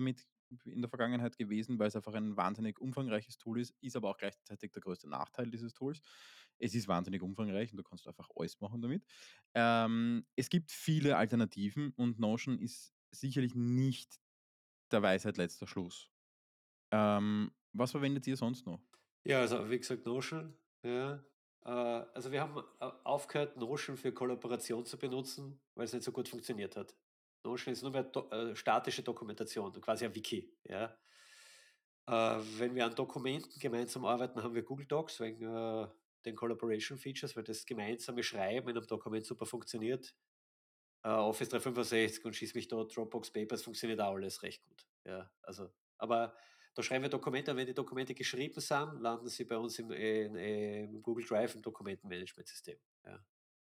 Speaker 1: in der Vergangenheit gewesen, weil es einfach ein wahnsinnig umfangreiches Tool ist, ist aber auch gleichzeitig der größte Nachteil dieses Tools. Es ist wahnsinnig umfangreich und du kannst einfach alles machen damit. Ähm, es gibt viele Alternativen und Notion ist sicherlich nicht der Weisheit letzter Schluss. Ähm, was verwendet ihr sonst noch?
Speaker 2: Ja, also wie gesagt, Notion, ja. Äh, also wir haben äh, aufgehört, Notion für Kollaboration zu benutzen, weil es nicht so gut funktioniert hat. Notion ist nur mehr do äh, statische Dokumentation, quasi ein Wiki, ja. Äh, wenn wir an Dokumenten gemeinsam arbeiten, haben wir Google Docs wegen äh, den Collaboration Features, weil das gemeinsame Schreiben in einem Dokument super funktioniert. Äh, Office dreihundertfünfundsechzig und schieß mich dort, Dropbox Papers funktioniert auch alles recht gut. Ja, also, aber da schreiben wir Dokumente und wenn die Dokumente geschrieben sind, landen sie bei uns im, in, im Google Drive im Dokumentenmanagementsystem. Ja.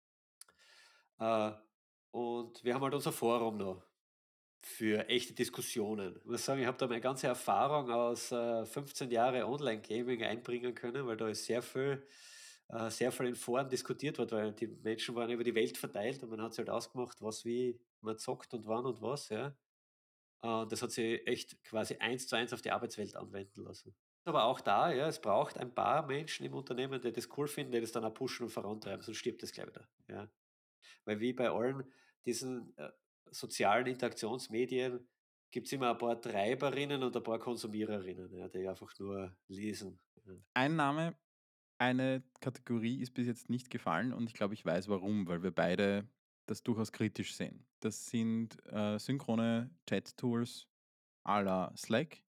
Speaker 2: Äh, und wir haben halt unser Forum noch für echte Diskussionen. Ich muss sagen, ich habe da meine ganze Erfahrung aus äh, fünfzehn Jahre Online-Gaming einbringen können, weil da ist sehr viel, äh, sehr viel in Foren diskutiert wird, weil die Menschen waren über die Welt verteilt und man hat sich halt ausgemacht, was wie man zockt und wann und was, ja. Äh, und das hat sich echt quasi eins zu eins auf die Arbeitswelt anwenden lassen. Aber auch da, ja, es braucht ein paar Menschen im Unternehmen, die das cool finden, die das dann auch pushen und vorantreiben, sonst stirbt das gleich wieder. Ja. Weil wie bei allen diesen äh, sozialen Interaktionsmedien gibt es immer ein paar Treiberinnen und ein paar Konsumiererinnen, ja, die einfach nur lesen. Ja.
Speaker 1: Ein Name, eine Kategorie ist bis jetzt nicht gefallen und ich glaube, ich weiß warum, weil wir beide das durchaus kritisch sehen. Das sind äh, synchrone Chat-Tools à la Slack,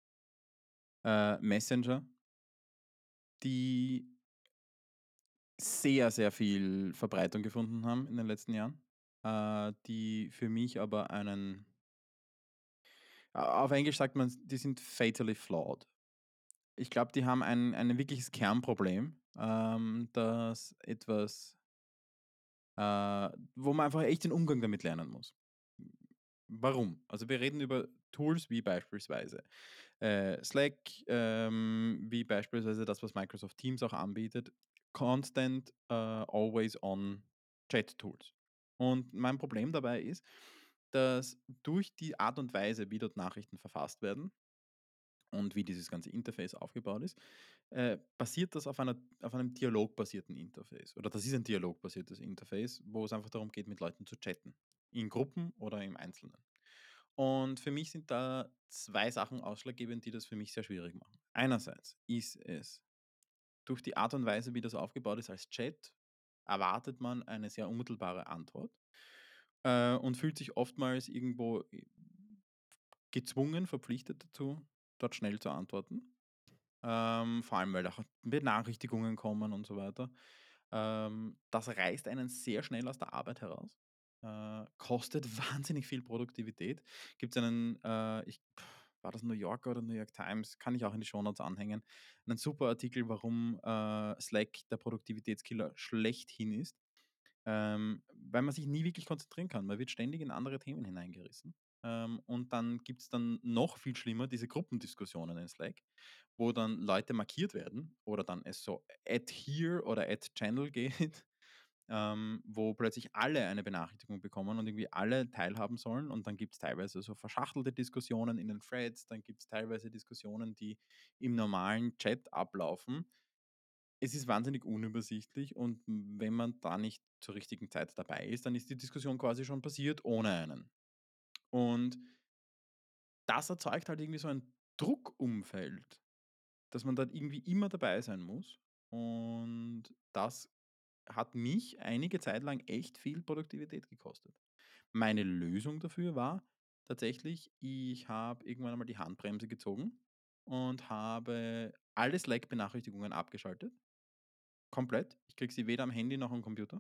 Speaker 1: äh, Messenger, die sehr, sehr viel Verbreitung gefunden haben in den letzten Jahren, äh, die für mich aber einen, äh, auf Englisch sagt man, die sind fatally flawed. Ich glaube, die haben ein, ein wirkliches Kernproblem, ähm, das etwas, äh, wo man einfach echt den Umgang damit lernen muss. Warum? Also wir reden über Tools wie beispielsweise äh, Slack, ähm, wie beispielsweise das, was Microsoft Teams auch anbietet, Constant, äh, Always On Chat Tools. Und mein Problem dabei ist, dass durch die Art und Weise, wie dort Nachrichten verfasst werden und wie dieses ganze Interface aufgebaut ist, äh, basiert das auf, einer, auf einem dialogbasierten Interface. Oder das ist ein dialogbasiertes Interface, wo es einfach darum geht, mit Leuten zu chatten. In Gruppen oder im Einzelnen. Und für mich sind da zwei Sachen ausschlaggebend, die das für mich sehr schwierig machen. Einerseits ist es durch die Art und Weise, wie das aufgebaut ist als Chat, erwartet man eine sehr unmittelbare Antwort äh, und fühlt sich oftmals irgendwo äh, gezwungen, verpflichtet dazu, dort schnell zu antworten. Ähm, vor allem, weil auch Benachrichtigungen kommen und so weiter. Ähm, das reißt einen sehr schnell aus der Arbeit heraus, äh, kostet wahnsinnig viel Produktivität. Gibt es einen, äh, ich, pff, war das New Yorker oder New York Times, kann ich auch in die Shownotes anhängen, einen super Artikel, warum äh, Slack der Produktivitätskiller schlechthin ist, ähm, weil man sich nie wirklich konzentrieren kann. Man wird ständig in andere Themen hineingerissen. Ähm, und dann gibt es dann noch viel schlimmer diese Gruppendiskussionen in Slack, wo dann Leute markiert werden oder dann es so at here oder at channel geht, ähm, wo plötzlich alle eine Benachrichtigung bekommen und irgendwie alle teilhaben sollen. Und dann gibt es teilweise so verschachtelte Diskussionen in den Threads, dann gibt es teilweise Diskussionen, die im normalen Chat ablaufen. Es ist wahnsinnig unübersichtlich und wenn man da nicht zur richtigen Zeit dabei ist, dann ist die Diskussion quasi schon passiert ohne einen. Und das erzeugt halt irgendwie so ein Druckumfeld, dass man dann irgendwie immer dabei sein muss. Und das hat mich einige Zeit lang echt viel Produktivität gekostet. Meine Lösung dafür war tatsächlich, ich habe irgendwann einmal die Handbremse gezogen und habe alle Slack-Benachrichtigungen abgeschaltet. Komplett. Ich kriege sie weder am Handy noch am Computer.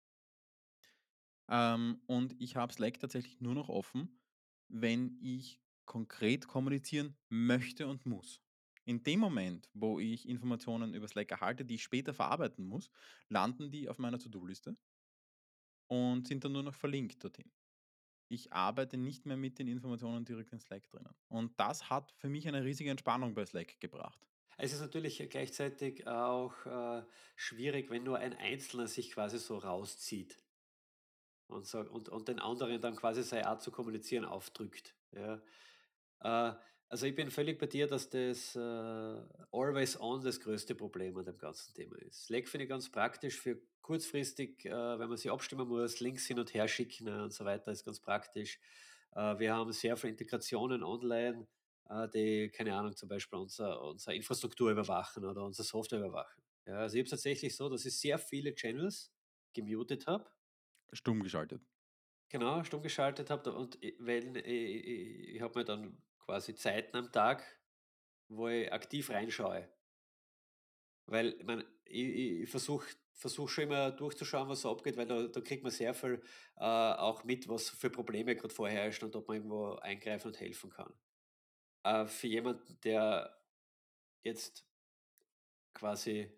Speaker 1: Ähm, und ich habe Slack tatsächlich nur noch offen, wenn ich konkret kommunizieren möchte und muss. In dem Moment, wo ich Informationen über Slack erhalte, die ich später verarbeiten muss, landen die auf meiner To-Do-Liste und sind dann nur noch verlinkt dorthin. Ich arbeite nicht mehr mit den Informationen direkt in Slack drinnen. Und das hat für mich eine riesige Entspannung bei Slack gebracht.
Speaker 2: Es ist natürlich gleichzeitig auch äh, schwierig, wenn nur ein Einzelner sich quasi so rauszieht und, sagt, und, und den anderen dann quasi seine Art zu kommunizieren aufdrückt. Ja. Äh, Also, ich bin völlig bei dir, dass das, äh, Always on das größte Problem an dem ganzen Thema ist. Slack finde ich ganz praktisch für kurzfristig, äh, wenn man sich abstimmen muss, Links hin und her schicken, äh, und so weiter, ist ganz praktisch. Äh, wir haben sehr viele Integrationen online, äh, die, keine Ahnung, zum Beispiel unser unsere Infrastruktur überwachen oder unsere Software überwachen. Ja, also, ich habe es tatsächlich so, dass ich sehr viele Channels gemutet habe.
Speaker 1: Stumm geschaltet.
Speaker 2: Genau, stumm geschaltet habe, und i weil, äh, i ich habe mir dann quasi Zeiten am Tag, wo ich aktiv reinschaue. Weil, ich meine, ich ich versuche versuche schon immer durchzuschauen, was so abgeht, weil da da kriegt man sehr viel, äh, auch mit, was für Probleme gerade vorherrschen und ob man irgendwo eingreifen und helfen kann. Äh, für jemanden, der jetzt quasi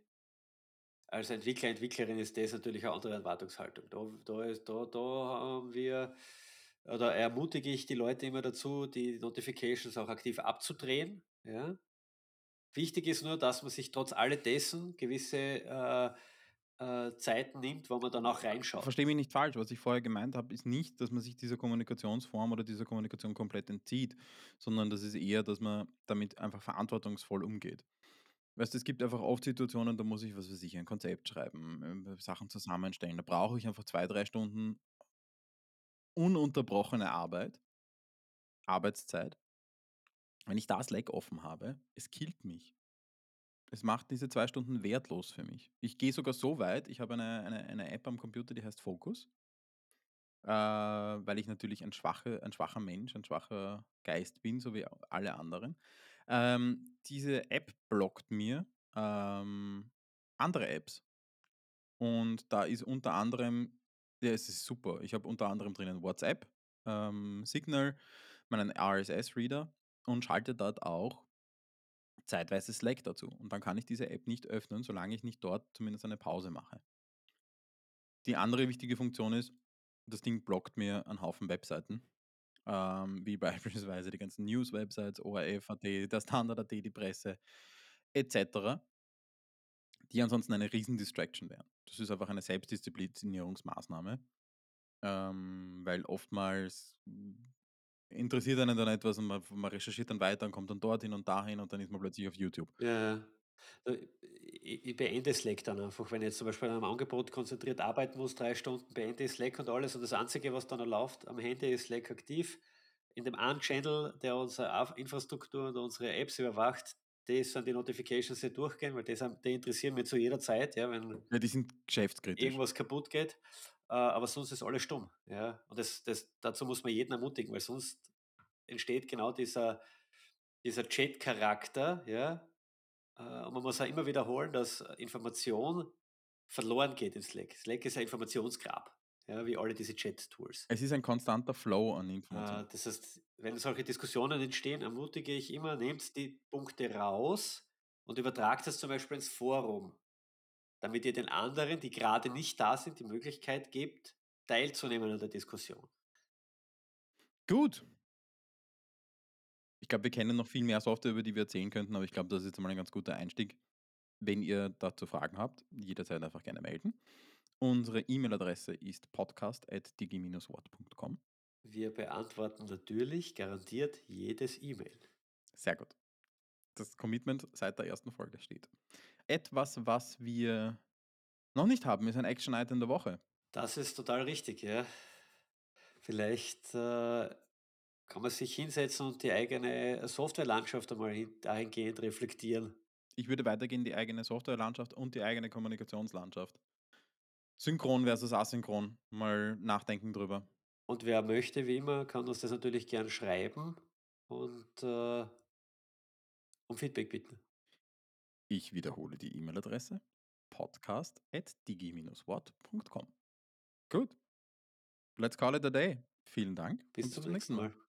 Speaker 2: als Entwickler, Entwicklerin ist, das natürlich eine andere Erwartungshaltung. Da da ist da da haben wir oder ermutige ich die Leute immer dazu, die Notifications auch aktiv abzudrehen, ja? Wichtig ist nur, dass man sich trotz alledessen gewisse, äh, äh, Zeiten nimmt, wo man dann auch reinschaut.
Speaker 1: Verstehe mich nicht falsch, was ich vorher gemeint habe, ist nicht, dass man sich dieser Kommunikationsform oder dieser Kommunikation komplett entzieht, sondern das ist eher, dass man damit einfach verantwortungsvoll umgeht. Weißt du, es gibt einfach oft Situationen, da muss ich, was weiß ich, ein Konzept schreiben, ähm, Sachen zusammenstellen. Da brauche ich einfach zwei, drei Stunden ununterbrochene Arbeit, Arbeitszeit. Wenn ich da Slack offen habe, es killt mich. Es macht diese zwei Stunden wertlos für mich. Ich gehe sogar so weit, ich habe eine eine eine App am Computer, die heißt Focus, äh, weil ich natürlich ein schwache ein schwacher Mensch, ein schwacher Geist bin, so wie alle anderen. Ähm, diese App blockt mir, ähm, andere Apps. Und da ist unter anderem, ja, es ist super. Ich habe unter anderem drinnen WhatsApp, ähm, Signal, meinen R S S-Reader und schalte dort auch zeitweise Slack dazu. Und dann kann ich diese App nicht öffnen, solange ich nicht dort zumindest eine Pause mache. Die andere wichtige Funktion ist, das Ding blockt mir einen Haufen Webseiten, ähm, wie beispielsweise die ganzen News-Websites, O R F Punkt A T, der Standard Punkt A T, die Presse et cetera, die ansonsten eine riesen Distraction wären. Das ist einfach eine Selbstdisziplinierungsmaßnahme, ähm, weil oftmals mm, interessiert einen dann etwas und man, man recherchiert dann weiter und kommt dann dorthin und dahin und dann ist man plötzlich auf YouTube.
Speaker 2: Ja, ja. Äh, ich ich beende Slack dann einfach. Wenn ich jetzt zum Beispiel an einem Angebot konzentriert arbeiten muss, drei Stunden, beende ich Slack und alles, und das Einzige, was dann noch läuft am Handy, ist Slack aktiv. In dem einen Channel, der unsere Auf Infrastruktur und unsere Apps überwacht, das sind die Notifications, die durchgehen, weil die sind die interessieren mich zu jeder Zeit, ja, wenn
Speaker 1: Ja, die sind geschäftskritisch.
Speaker 2: irgendwas kaputt geht. Äh, aber sonst ist alles stumm, ja. Und das das dazu muss man jeden ermutigen, weil sonst entsteht genau dieser dieser Chat-Charakter, ja, äh, und man muss auch immer wiederholen, dass äh, Information verloren geht in Slack. Slack ist ein Informationsgrab, ja, wie alle diese Chat-Tools.
Speaker 1: Es ist ein konstanter Flow an
Speaker 2: Äh,
Speaker 1: Informationen.
Speaker 2: das heißt, wenn solche Diskussionen entstehen, ermutige ich immer, nehmt die Punkte raus und übertragt das zum Beispiel ins Forum, damit ihr den anderen, die gerade nicht da sind, die Möglichkeit gebt, teilzunehmen an der Diskussion.
Speaker 1: Gut, ich glaube, wir kennen noch viel mehr Software, über die wir erzählen könnten, aber ich glaube, das ist jetzt mal ein ganz guter Einstieg. Wenn ihr dazu Fragen habt, jederzeit einfach gerne melden. Unsere E-Mail-Adresse ist podcast at digi-wort punkt com.
Speaker 2: Wir beantworten natürlich garantiert jedes E-Mail.
Speaker 1: Sehr gut. Das Commitment seit der ersten Folge steht. Etwas, was wir noch nicht haben, ist ein Action-Item der Woche.
Speaker 2: Das ist total richtig, ja. Vielleicht äh, kann man sich hinsetzen und die eigene Softwarelandschaft einmal hin dahingehend reflektieren.
Speaker 1: Ich würde weitergehen, die eigene Softwarelandschaft und die eigene Kommunikationslandschaft. Synchron versus asynchron. Mal nachdenken drüber.
Speaker 2: Und wer möchte, wie immer, kann uns das natürlich gern schreiben und äh, um Feedback bitten.
Speaker 1: Ich wiederhole die E-Mail-Adresse: podcast at digi-wort punkt com. Gut, let's call it a day. Vielen Dank
Speaker 2: Bis
Speaker 1: und bis
Speaker 2: zum
Speaker 1: zum nächsten
Speaker 2: nächsten
Speaker 1: Mal.
Speaker 2: Mal.